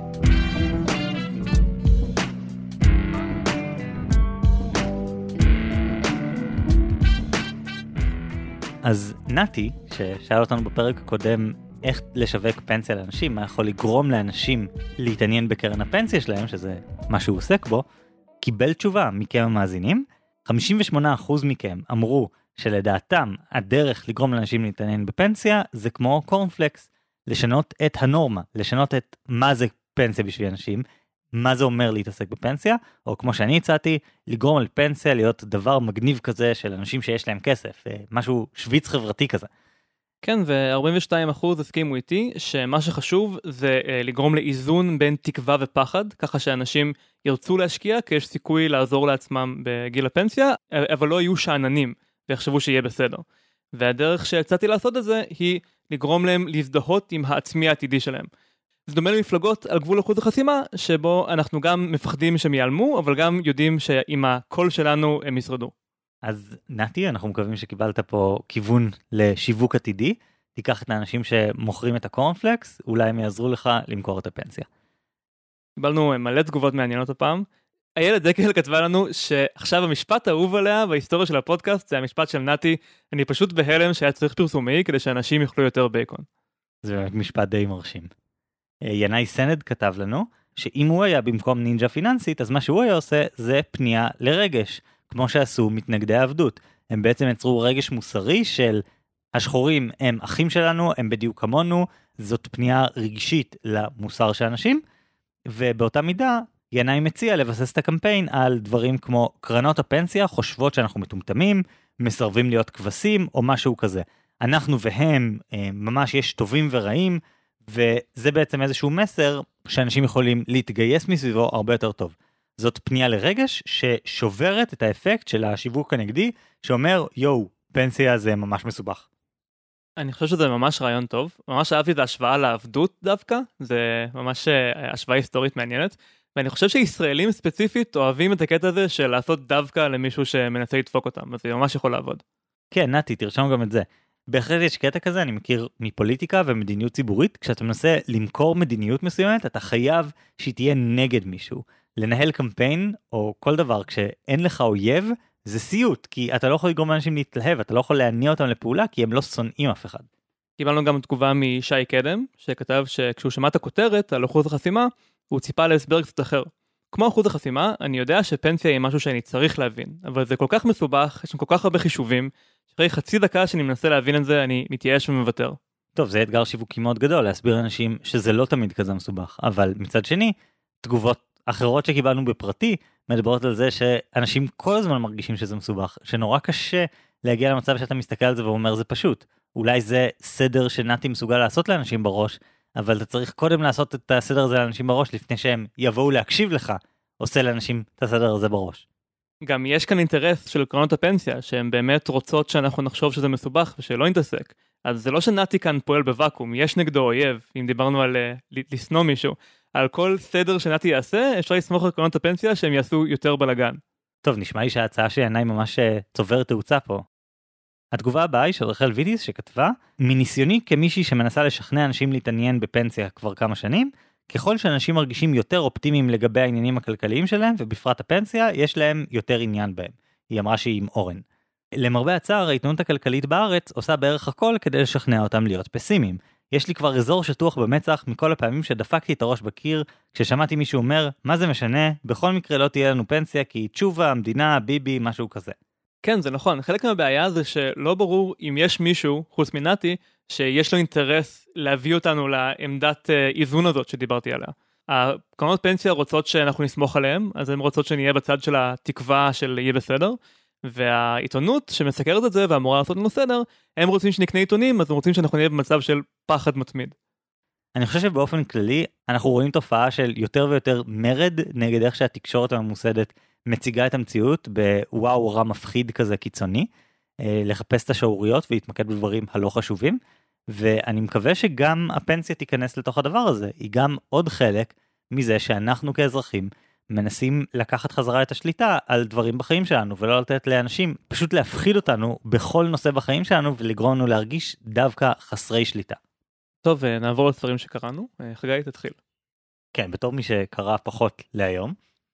Speaker 1: אז נתי, ששאל אותנו בפרק הקודם איך לשווק פנסיה לאנשים, מה יכול לגרום לאנשים להתעניין בקרן הפנסיה שלהם, שזה מה שהוא עוסק בו, קיבל תשובה מכם המאזינים. חמישים ושמונה אחוז מכם אמרו שלדעתם הדרך לגרום לאנשים להתעניין בפנסיה זה כמו קורנפלקס, לשנות את הנורמה, לשנות את מה זה פנסיה בשביל אנשים, מה זה אומר להתעסק בפנסיה, או כמו שאני הצעתי, לגרום על פנסיה להיות דבר מגניב כזה של אנשים שיש להם כסף, משהו שוויץ חברתי כזה.
Speaker 2: כן, ו-ארבעים ושתיים אחוז הסכימו איתי שמה שחשוב זה לגרום לאיזון בין תקווה ופחד, ככה שאנשים ירצו להשקיע כי יש סיכוי לעזור לעצמם בגיל הפנסיה, אבל לא יהיו שעננים ויחשבו שיהיה בסדר. והדרך שהצעתי לעשות את זה היא לגרום להם להזדהות עם העצמי העתידי שלהם. זה דומה למפלגות על גבול אחוז החסימה, שבו אנחנו גם מפחדים שהם ייעלמו, אבל גם יודעים שעם הקול שלנו הם ישרדו.
Speaker 1: אז נתי, אנחנו מקווים שקיבלת פה כיוון לשיווק עתידי, תיקח את האנשים שמוכרים את הקורנפלקס, אולי הם יעזרו לך למכור את הפנסיה.
Speaker 2: קיבלנו מלא תגובות מעניינות הפעם. איילת דקל כתבה לנו שעכשיו המשפט האהוב עליה בהיסטוריה של הפודקאסט, זה המשפט של נתי, אני פשוט בהלם שהיה צריך פרסומי כדי שאנשים יאכלו יותר בייקון. זה
Speaker 1: באמת משפט די מרשים. ינאי סנד כתב לנו שאם הוא היה במקום נינג'ה פיננסית, אז מה שהוא היה עושה זה פנייה לרגש, כמו שעשו מתנגדי העבדות. הם בעצם יצרו רגש מוסרי של השחורים הם אחים שלנו, הם בדיוק כמונו, זאת פנייה רגשית למוסר של אנשים, ובאותה מידה ינאי מציע לבסס את הקמפיין על דברים כמו קרנות הפנסיה חושבות שאנחנו מטומטמים, מסרבים להיות כבשים או משהו כזה. אנחנו והם ממש יש טובים ורעים, וזה בעצם איזשהו מסר שאנשים יכולים להתגייס מסביבו הרבה יותר טוב. זאת פנייה לרגש ששוברת את האפקט של השיווק הנגדי, שאומר, יואו, פנסיה זה ממש מסובך.
Speaker 2: אני חושב שזה ממש רעיון טוב, ממש אהבתי את ההשוואה לעבדות דווקא, זה ממש השוואה היסטורית מעניינת, ואני חושב שישראלים ספציפית אוהבים את הקטע הזה של לעשות דווקא למישהו שמנסה לדפוק אותם, אז זה ממש יכול לעבוד.
Speaker 1: כן, נתי, תרשום גם את זה. בהחלט יש קטע כזה, אני מכיר מפוליטיקה ומדיניות ציבורית, כשאתה מנסה למכור מדיניות מסוימת, אתה חייב שהיא תהיה נגד מישהו. לנהל קמפיין או כל דבר כשאין לך אויב, זה סיוט, כי אתה לא יכול לגרום לאנשים להתלהב, אתה לא יכול להניע אותם לפעולה, כי הם לא שונאים אף אחד.
Speaker 2: קיבלנו גם תגובה משי קדם, שכתב שכשהוא שמע את הכותרת על אחוז החסימה, הוא ציפה להסבר קצת אחר. כמו אחוז החסימה, אני יודע שפנסיה היא משהו שאני צריך להבין, אבל זה כל כך מסובך, יש שם כל כך הרבה חישובים, שאחרי חצי דקה שאני מנסה להבין את זה, אני מתייאש ומוותר.
Speaker 1: טוב, זה אתגר שיווקי מאוד גדול, להסביר לאנשים שזה לא תמיד כזה מסובך, אבל מצד שני, תגובות אחרות שקיבלנו בפרטי, מדברות על זה שאנשים כל הזמן מרגישים שזה מסובך, שנורא קשה להגיע למצב שאתה מסתכל על זה ואומר זה פשוט. אולי זה סדר שנתי מסוגל לעשות לאנשים בראש, אבל אתה צריך קודם לעשות את הסדר הזה לאנשים בראש, לפני שהם יבואו להקשיב לך, עושה לאנשים את הסדר הזה בראש.
Speaker 2: גם יש כאן אינטרס של קרנות הפנסיה, שהן באמת רוצות שאנחנו נחשוב שזה מסובך ושלא נתעסק. אז זה לא שנתי כאן פועל בוואקום, יש נגדו אויב, אם דיברנו על uh, לסנוע מישהו. על כל סדר שנתי יעשה, אפשר לסמוך על קרנות הפנסיה שהם יעשו יותר בלגן.
Speaker 1: טוב, נשמע לי שההצעה שעיניי ממש צובר תאוצה פה. התגובה הבאה היא של רחל וידיס שכתבה, מניסיוני כמישהי שמנסה לשכנע אנשים להתעניין בפנסיה כבר כמה שנים, ככל שאנשים מרגישים יותר אופטימיים לגבי העניינים הכלכליים שלהם, ובפרט הפנסיה, יש להם יותר עניין בהם. היא אמרה שהיא עם אורן. למרבה הצער, העיתונות הכלכלית בארץ עושה בערך הכל כדי לשכנע אותם להיות פסימיים. יש לי כבר אזור שטוח במצח מכל הפעמים שדפקתי את הראש בקיר, כששמעתי מישהו אומר, מה זה משנה? בכל מקרה לא תהיה לנו פנסיה, כי תשובה, המדינה, ביבי, משהו כזה.
Speaker 2: כן, זה נכון. חלק מהבעיה זה שלא ברור אם יש מישהו, חוץ מנתי, שיש לו אינטרס להביא אותנו לעמדת איזון הזאת שדיברתי עליה. הקרנות פנסיה רוצות שאנחנו נסמוך עליהם, אז הן רוצות שנהיה בצד של התקווה של יהיה בסדר, והעיתונות שמסקרת את זה ואמורה לעשות לנו סדר, הם רוצים שנקנה עיתונים, אז הם רוצים שאנחנו נהיה במצב של פחד מתמיד.
Speaker 1: אני חושב שבאופן כללי, אנחנו רואים תופעה של יותר ויותר מרד נגד איך שהתקשורת הממוסדת מציגה את המציאות בוואו רע מפחיד כזה קיצוני, לחפש את השעוריות ולהתמקד בדברים הלא חשובים, ואני מקווה שגם הפנסיה תיכנס לתוך הדבר הזה, היא גם עוד חלק מזה שאנחנו כאזרחים מנסים לקחת חזרה את השליטה על דברים בחיים שלנו, ולא לתת לאנשים פשוט להפחיד אותנו בכל נושא בחיים שלנו, ולגרום לנו להרגיש דווקא חסרי שליטה.
Speaker 2: טוב, נעבור לספרים שקראנו. חגי, תתחיל.
Speaker 1: כן, בתור מי שקרא פחות להיום,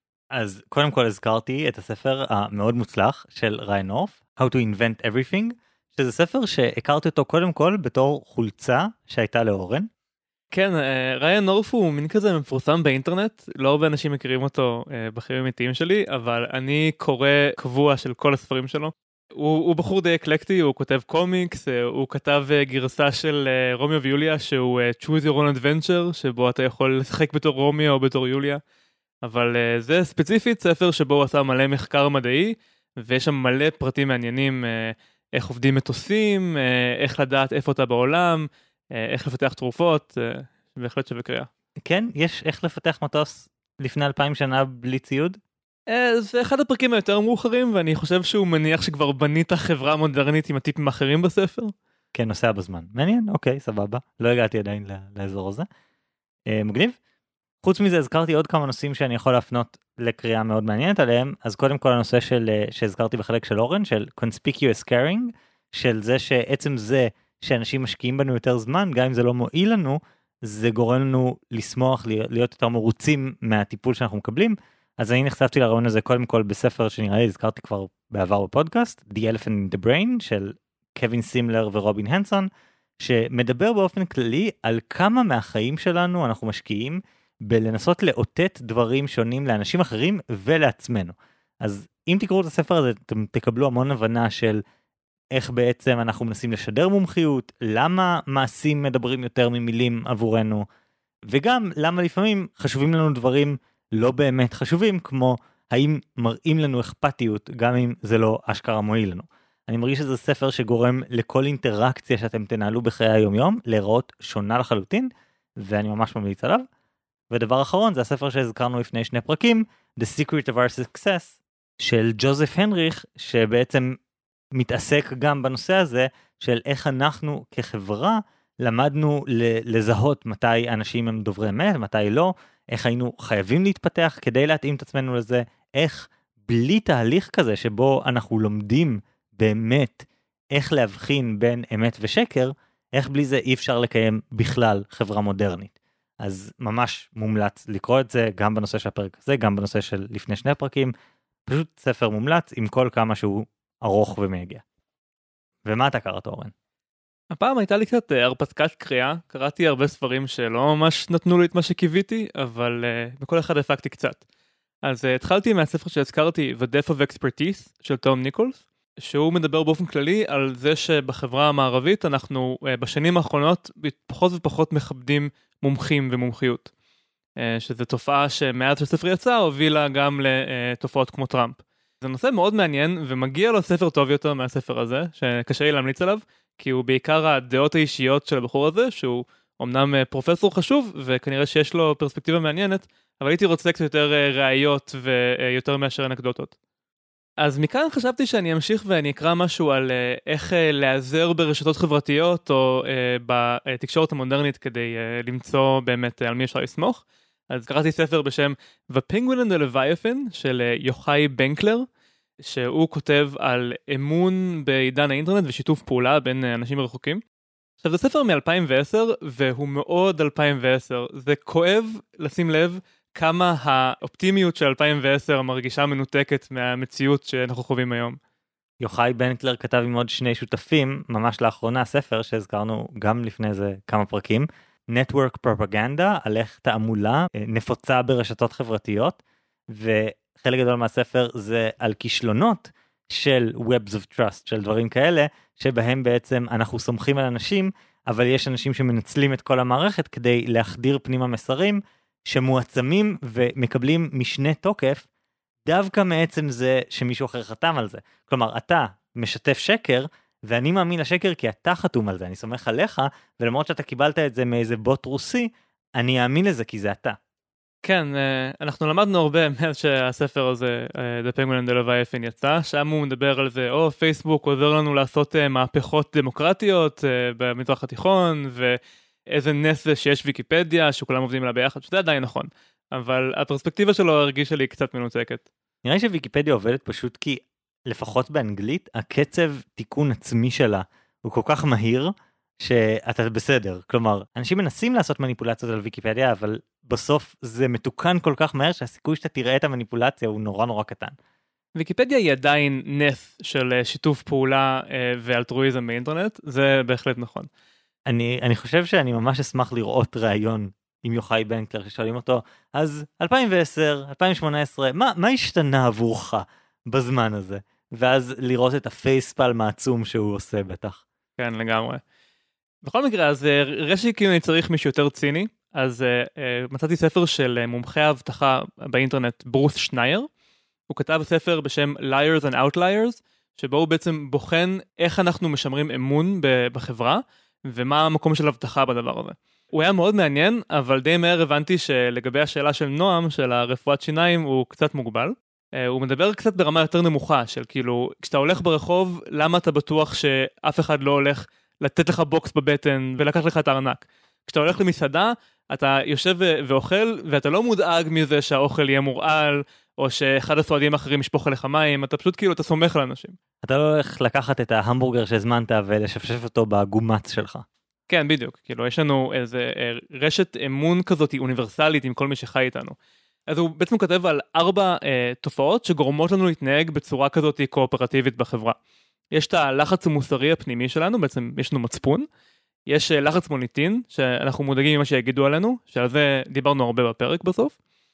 Speaker 1: אז קודם כל הזכרתי את הספר המאוד מוצלח של ריין נורף, How to Invent Everything, שזה ספר שהכרתי אותו קודם כל בתור חולצה שהייתה לאורן.
Speaker 2: כן, ריין נורף הוא מין כזה מפורסם באינטרנט, לא הרבה אנשים מכירים אותו בחיים האמיתיים שלי, אבל אני קורא קבוע של כל הספרים שלו. הוא, הוא בחור די אקלקטי, הוא כותב קומיקס, הוא כתב גרסה של רומיו ויוליה שהוא Choose Your Own Adventure, שבו אתה יכול לשחק בתור רומיו או בתור יוליה, אבל זה ספציפית ספר שבו הוא עשה מלא מחקר מדעי, ויש שם מלא פרטים מעניינים, איך עובדים מטוסים, איך לדעת איפה אתה בעולם, איך לפתח תרופות, בהחלט שווה קריאה.
Speaker 1: כן, יש איך לפתח מטוס לפני אלפיים שנה בלי ציוד?
Speaker 2: זה אחד הפרקים היותר מאוחרים, ואני חושב שהוא מניח שכבר בנית חברה מודרנית עם הטיפים האחרים בספר.
Speaker 1: כן, נוסע בזמן. מעניין, אוקיי, סבבה. לא הגעתי עדיין לאזור הזה. מגניב. חוץ מזה, הזכרתי עוד כמה נושאים שאני יכול להפנות לקריאה מאוד מעניינת עליהם, אז קודם כל הנושא של, שהזכרתי בחלק של אורן, של conspicuous caring, של זה שעצם זה שאנשים משקיעים בנו יותר זמן, גם אם זה לא מועיל לנו, זה גורם לנו לשמוח, להיות יותר מרוצים מהטיפול שאנחנו מקבלים. אז אני נחשפתי לרעיון הזה קודם כל בספר שנראה לי הזכרתי כבר בעבר בפודקאסט, The Elephant in the Brain של קווין סימלר ורובין הנסון, שמדבר באופן כללי על כמה מהחיים שלנו אנחנו משקיעים בלנסות לאותת דברים שונים לאנשים אחרים ולעצמנו. אז אם תקראו את הספר הזה, אתם תקבלו המון הבנה של איך בעצם אנחנו מנסים לשדר מומחיות, למה מעשים מדברים יותר ממילים עבורנו, וגם למה לפעמים חשובים לנו דברים לא באמת חשובים, כמו האם מראים לנו אכפתיות, גם אם זה לא אשכרה מועיל לנו. אני מרגיש שזה ספר שגורם לכל אינטראקציה שאתם תנהלו בחיי היום-יום, להיראות שונה לחלוטין, ואני ממש ממליץ עליו. ודבר אחרון, זה הספר שהזכרנו לפני שני פרקים, The Secret of Our Success, של ג'וזף הנריך, שבעצם מתעסק גם בנושא הזה, של איך אנחנו כחברה למדנו לזהות מתי אנשים הם דוברי אמת, מתי לא, איך היינו חייבים להתפתח כדי להתאים את עצמנו לזה, איך בלי תהליך כזה שבו אנחנו לומדים באמת איך להבחין בין אמת ושקר, איך בלי זה אי אפשר לקיים בכלל חברה מודרנית. אז ממש מומלץ לקרוא את זה, גם בנושא של הפרק הזה, גם בנושא של לפני שני פרקים, פשוט ספר מומלץ עם כל כמה שהוא ארוך ומגיע. ומה אתה קראת, אורן?
Speaker 2: הפעם הייתה לי קצת הרפתקת קריאה, קראתי הרבה ספרים שלא ממש נתנו לי את מה שקיוויתי, אבל uh, בכל אחד הפקתי קצת. אז uh, התחלתי מהספר שהזכרתי, The Death of Expertise, של תום ניקולס, שהוא מדבר באופן כללי על זה שבחברה המערבית אנחנו uh, בשנים האחרונות פחות ופחות מכבדים מומחים ומומחיות. Uh, שזו תופעה שמאז שהספר יצא הובילה גם לתופעות כמו טראמפ. זה נושא מאוד מעניין ומגיע לו ספר טוב יותר מהספר הזה, שקשה לי להמליץ עליו, כי הוא בעיקר הדעות האישיות של הבחור הזה, שהוא אמנם פרופסור חשוב, וכנראה שיש לו פרספקטיבה מעניינת, אבל הייתי רוצה קצת יותר ראיות ויותר מאשר אנקדוטות. אז מכאן חשבתי שאני אמשיך ואני אקרא משהו על איך להיעזר ברשתות חברתיות, או בתקשורת המודרנית כדי למצוא באמת על מי אפשר לסמוך. אז קראתי ספר בשם The Penguin and the Leviathan של יוחאי בנקלר, שהוא כותב על אמון בעידן האינטרנט ושיתוף פעולה בין אנשים רחוקים. עכשיו זה ספר מ-אלפיים ועשר והוא מאוד אלפיים ועשר. זה כואב לשים לב כמה האופטימיות של אלפיים ועשר מרגישה מנותקת מהמציאות שאנחנו חווים היום.
Speaker 1: יוחאי בנקלר כתב עם עוד שני שותפים ממש לאחרונה ספר שהזכרנו גם לפני זה כמה פרקים. Network Propaganda, על איך תעמולה נפוצה ברשתות חברתיות, וחלק גדול מהספר זה על כישלונות של Webs of Trust, של דברים כאלה, שבהם בעצם אנחנו סומכים על אנשים, אבל יש אנשים שמנצלים את כל המערכת כדי להחדיר פנימה מסרים, שמועצמים ומקבלים משנה תוקף, דווקא מעצם זה שמישהו אחר חתם על זה. כלומר, אתה משתף שקר, ואני מאמין לשקר כי אתה חתום על זה, אני סומך עליך, ולמרות שאתה קיבלת את זה מאיזה בוט רוסי, אני אאמין לזה כי זה אתה.
Speaker 2: כן, אנחנו למדנו הרבה מאז שהספר הזה, The Penguin and the Leviathan יצא, שם הוא מדבר על זה, או פייסבוק עוזר לנו לעשות מהפכות דמוקרטיות במזרח התיכון, ואיזה נס זה שיש ויקיפדיה, שכולם עובדים עליה ביחד, שזה עדיין נכון, אבל הפרספקטיבה שלו הרגישה לי קצת מנותקת.
Speaker 1: נראה שוויקיפדיה עובדת פשוט כי לפחות באנגלית, הקצב תיקון עצמי שלה הוא כל כך מהיר, שאתה בסדר. כלומר, אנשים מנסים לעשות מניפולציות על ויקיפדיה, אבל בסוף זה מתוקן כל כך מהר, שהסיכוי שאתה תראה את המניפולציה הוא נורא נורא קטן.
Speaker 2: ויקיפדיה היא עדיין נס של שיתוף פעולה ואלטרואיזם באינטרנט, זה בהחלט נכון.
Speaker 1: אני, אני חושב שאני ממש אשמח לראות ראיון עם יוחאי בנקלר, ששואלים אותו, אז אלפיים ועשר, אלפיים שמונה עשרה, מה, מה השתנה עבורך בזמן הזה? ואז לראות את הפייספלם העצום שהוא עושה בטח.
Speaker 2: כן, לגמרי. בכל מקרה, אז רשי כאילו אני צריך מישהו יותר ציני, אז uh, uh, מצאתי ספר של uh, מומחי האבטחה באינטרנט, ברוס שנייר. הוא כתב ספר בשם Liars and Outliers, שבו הוא בעצם בוחן איך אנחנו משמרים אמון בחברה, ומה המקום של אבטחה בדבר הזה. הוא היה מאוד מעניין, אבל די מהר הבנתי שלגבי השאלה של נועם, של הרפואת שיניים, הוא קצת מוגבל. הוא מדבר קצת ברמה יותר נמוכה, של כאילו, כשאתה הולך ברחוב, למה אתה בטוח שאף אחד לא הולך לתת לך בוקס בבטן ולקח לך את הארנק? כשאתה הולך למסעדה, אתה יושב ואוכל, ואתה לא מודאג מזה שהאוכל יהיה מורעל, או שאחד הסועדים האחרים ישפוך עליך מים, אתה פשוט כאילו, אתה סומך על אנשים.
Speaker 1: אתה לא הולך לקחת את ההמבורגר שהזמנת ולשפשף אותו בגומץ שלך.
Speaker 2: כן, בדיוק. כאילו, יש לנו איזה רשת אמון כזאת אוניברסלית עם כל מי שחי איתנו. אז הוא בעצם כותב על ארבע אה, תופעות שגורמות לנו להתנהג בצורה כזאת קואופרטיבית בחברה. יש את הלחץ המוסרי הפנימי שלנו, בעצם יש לנו מצפון. יש לחץ מוניטין, שאנחנו מודאגים ממה שיגידו עלינו, שעל זה דיברנו הרבה בפרק בסוף.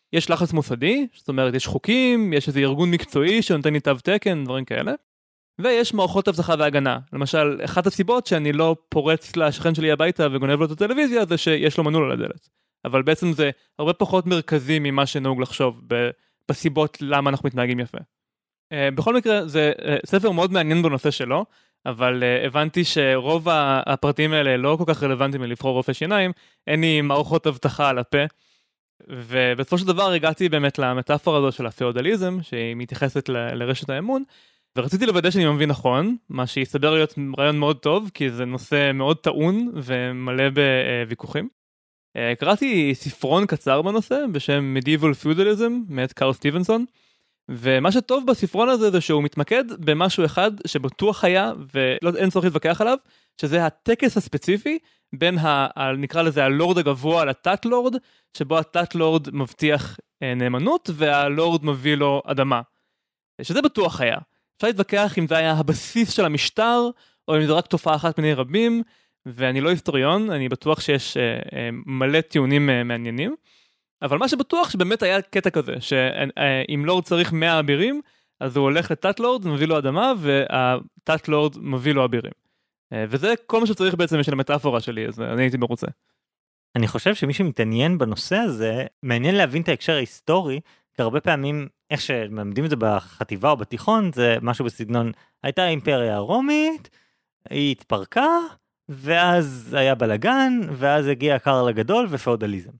Speaker 2: יש לחץ מוסדי, זאת אומרת, יש חוקים, יש איזה ארגון מקצועי שנותן לי תו תקן, דברים כאלה. ויש מערכות אבטחה והגנה. למשל, אחת הסיבות שאני לא פורץ לשכן שלי הביתה וגונב לו את הטלוויזיה, זה שיש לו מנעול על הדלת. אבל בעצם זה הרבה פחות מרכזי ממה שנהוג לחשוב בסיבות למה אנחנו מתנהגים יפה. בכל מקרה, זה ספר מאוד מעניין בנושא שלו, אבל הבנתי שרוב הפרטים האלה לא כל כך רלוונטיים לבחור רופא שיניים, אין לי מערכות אבטחה על הפה, ובסופו של דבר הגעתי באמת למטאפורה הזו של הפיאודליזם, שהיא מתייחסת ל- לרשת האמון, ורציתי לוודא שאני מבין נכון, מה שיסבר להיות רעיון מאוד טוב, כי זה נושא מאוד טעון ומלא בוויכוחים. קראתי ספרון קצר בנושא, בשם Medieval Feudalism, מאת קארל סטיבנסון, ומה שטוב בספרון הזה זה שהוא מתמקד במשהו אחד שבטוח היה, ואין צורך להתווכח עליו, שזה הטקס הספציפי, בין ה, נקרא לזה הלורד הגבוה לתת לורד, שבו התת לורד מבטיח נאמנות, והלורד מביא לו אדמה. שזה בטוח היה. אפשר להתווכח אם זה היה הבסיס של המשטר, או אם זה רק תופעה אחת מיני רבים, ואני לא היסטוריון, אני בטוח שיש מלא טיעונים מעניינים, אבל מה שבטוח שבאמת היה קטע כזה, שאם לורד צריך מאה אבירים, אז הוא הולך לתת לורד, מביא לו אדמה, והתת לורד מביא לו אבירים. וזה כל מה שצריך בעצם של המטאפורה שלי, אז אני הייתי מרוצה.
Speaker 1: אני חושב שמי שמתעניין בנושא הזה, מעניין להבין את ההקשר ההיסטורי, כי הרבה פעמים, איך שמלמדים את זה בחטיבה או בתיכון, זה משהו בסגנון, הייתה האימפריה הרומית, היא התפרקה, ואז היה בלגן, ואז הגיע קארל הגדול ופאודליזם.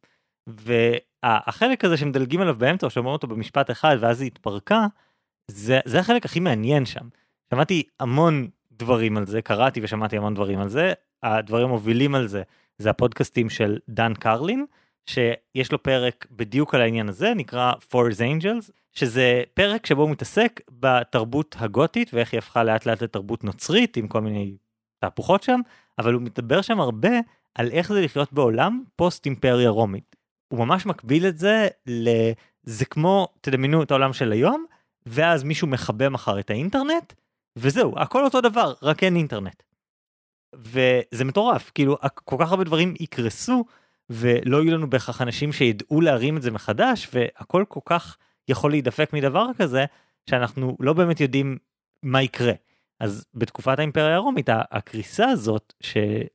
Speaker 1: והחלק הזה שמדלגים עליו באמצע, או שאומרים אותו במשפט אחד, ואז היא התפרקה, זה, זה החלק הכי מעניין שם. שמעתי המון דברים על זה, קראתי ושמעתי המון דברים על זה, הדברים מובילים על זה, זה הפודקאסטים של דן קרלין, שיש לו פרק בדיוק על העניין הזה, נקרא Four's Angels, שזה פרק שבו הוא מתעסק בתרבות הגותית, ואיך היא הפכה לאט לאט לתרבות נוצרית, עם כל מיני תהפוכות שם, אבל הוא מדבר שם הרבה על איך זה לחיות בעולם פוסט אימפריה רומית. הוא ממש מקביל את זה, זה כמו, תדמיינו את העולם של היום, ואז מישהו מחבא מחר את האינטרנט, וזהו, הכל אותו דבר, רק אין אינטרנט. וזה מטורף, כאילו, כל כך הרבה דברים יקרסו, ולא יהיו לנו בהכרח אנשים שידעו להרים את זה מחדש, והכל כל כך יכול להידפק מדבר כזה, שאנחנו לא באמת יודעים מה יקרה. אז בתקופת האימפריה הרומית, הקריסה הזאת ש...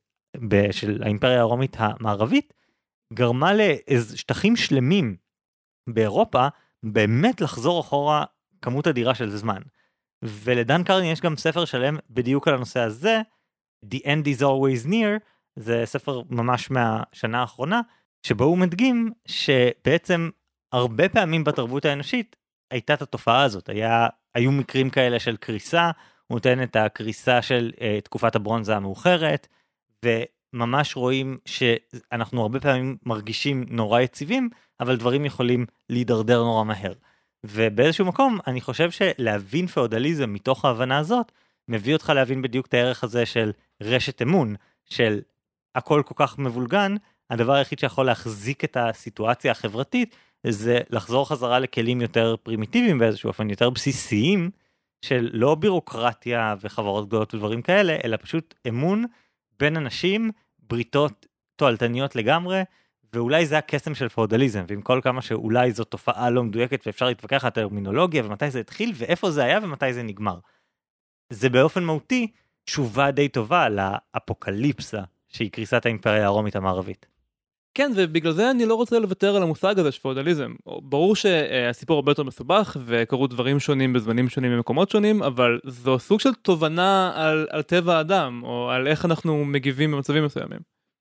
Speaker 1: של האימפריה הרומית המערבית, גרמה לשטחים שלמים באירופה, באמת לחזור אחורה כמות אדירה של זמן. ולדן קרלין יש גם ספר שלם בדיוק על הנושא הזה, The End is Always Near, זה ספר ממש מהשנה האחרונה, שבו הוא מדגים שבעצם הרבה פעמים בתרבות האנושית הייתה את התופעה הזאת, היה, היו מקרים כאלה של קריסה, הוא נותן את הקריסה של uh, תקופת הברונזה המאוחרת, וממש רואים שאנחנו הרבה פעמים מרגישים נורא יציבים, אבל דברים יכולים להידרדר נורא מהר. ובאיזשהו מקום אני חושב שלהבין פאודליזם מתוך ההבנה הזאת, מביא אותך להבין בדיוק את הערך הזה של רשת אמון, של הכל כל כך מבולגן, הדבר היחיד שיכול להחזיק את הסיטואציה החברתית, זה לחזור חזרה לכלים יותר פרימיטיביים באיזשהו אופן, יותר בסיסיים, של לא בירוקרטיה וחברות גדולות ודברים כאלה, אלא פשוט אמון בין אנשים, בריתות תועלתניות לגמרי, ואולי זה הקסם של פאודליזם, ועם כל כמה שאולי זו תופעה לא מדויקת, ואפשר להתווכח על הטרמינולוגיה, ומתי זה התחיל, ואיפה זה היה, ומתי זה נגמר. זה באופן מהותי תשובה די טובה לאפוקליפסה, שהיא קריסת האימפריה הרומית המערבית.
Speaker 2: כן, ובגלל זה אני לא רוצה לוותר על המושג הזה של פאודליזם. ברור שהסיפור הרבה יותר מסובך, וקרו דברים שונים בזמנים שונים במקומות שונים, אבל זו סוג של תובנה על, על טבע האדם, או על איך אנחנו מגיבים במצבים מסוימים.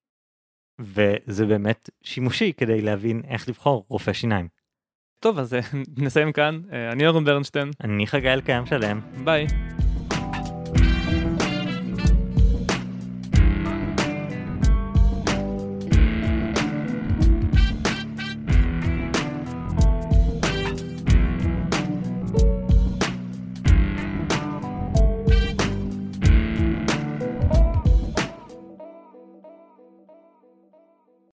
Speaker 1: וזה באמת שימושי כדי להבין איך לבחור רופא שיניים.
Speaker 2: טוב, אז נסיים כאן. אני אורן ברנשטיין.
Speaker 1: אני חגי אלקיים שלם.
Speaker 2: ביי.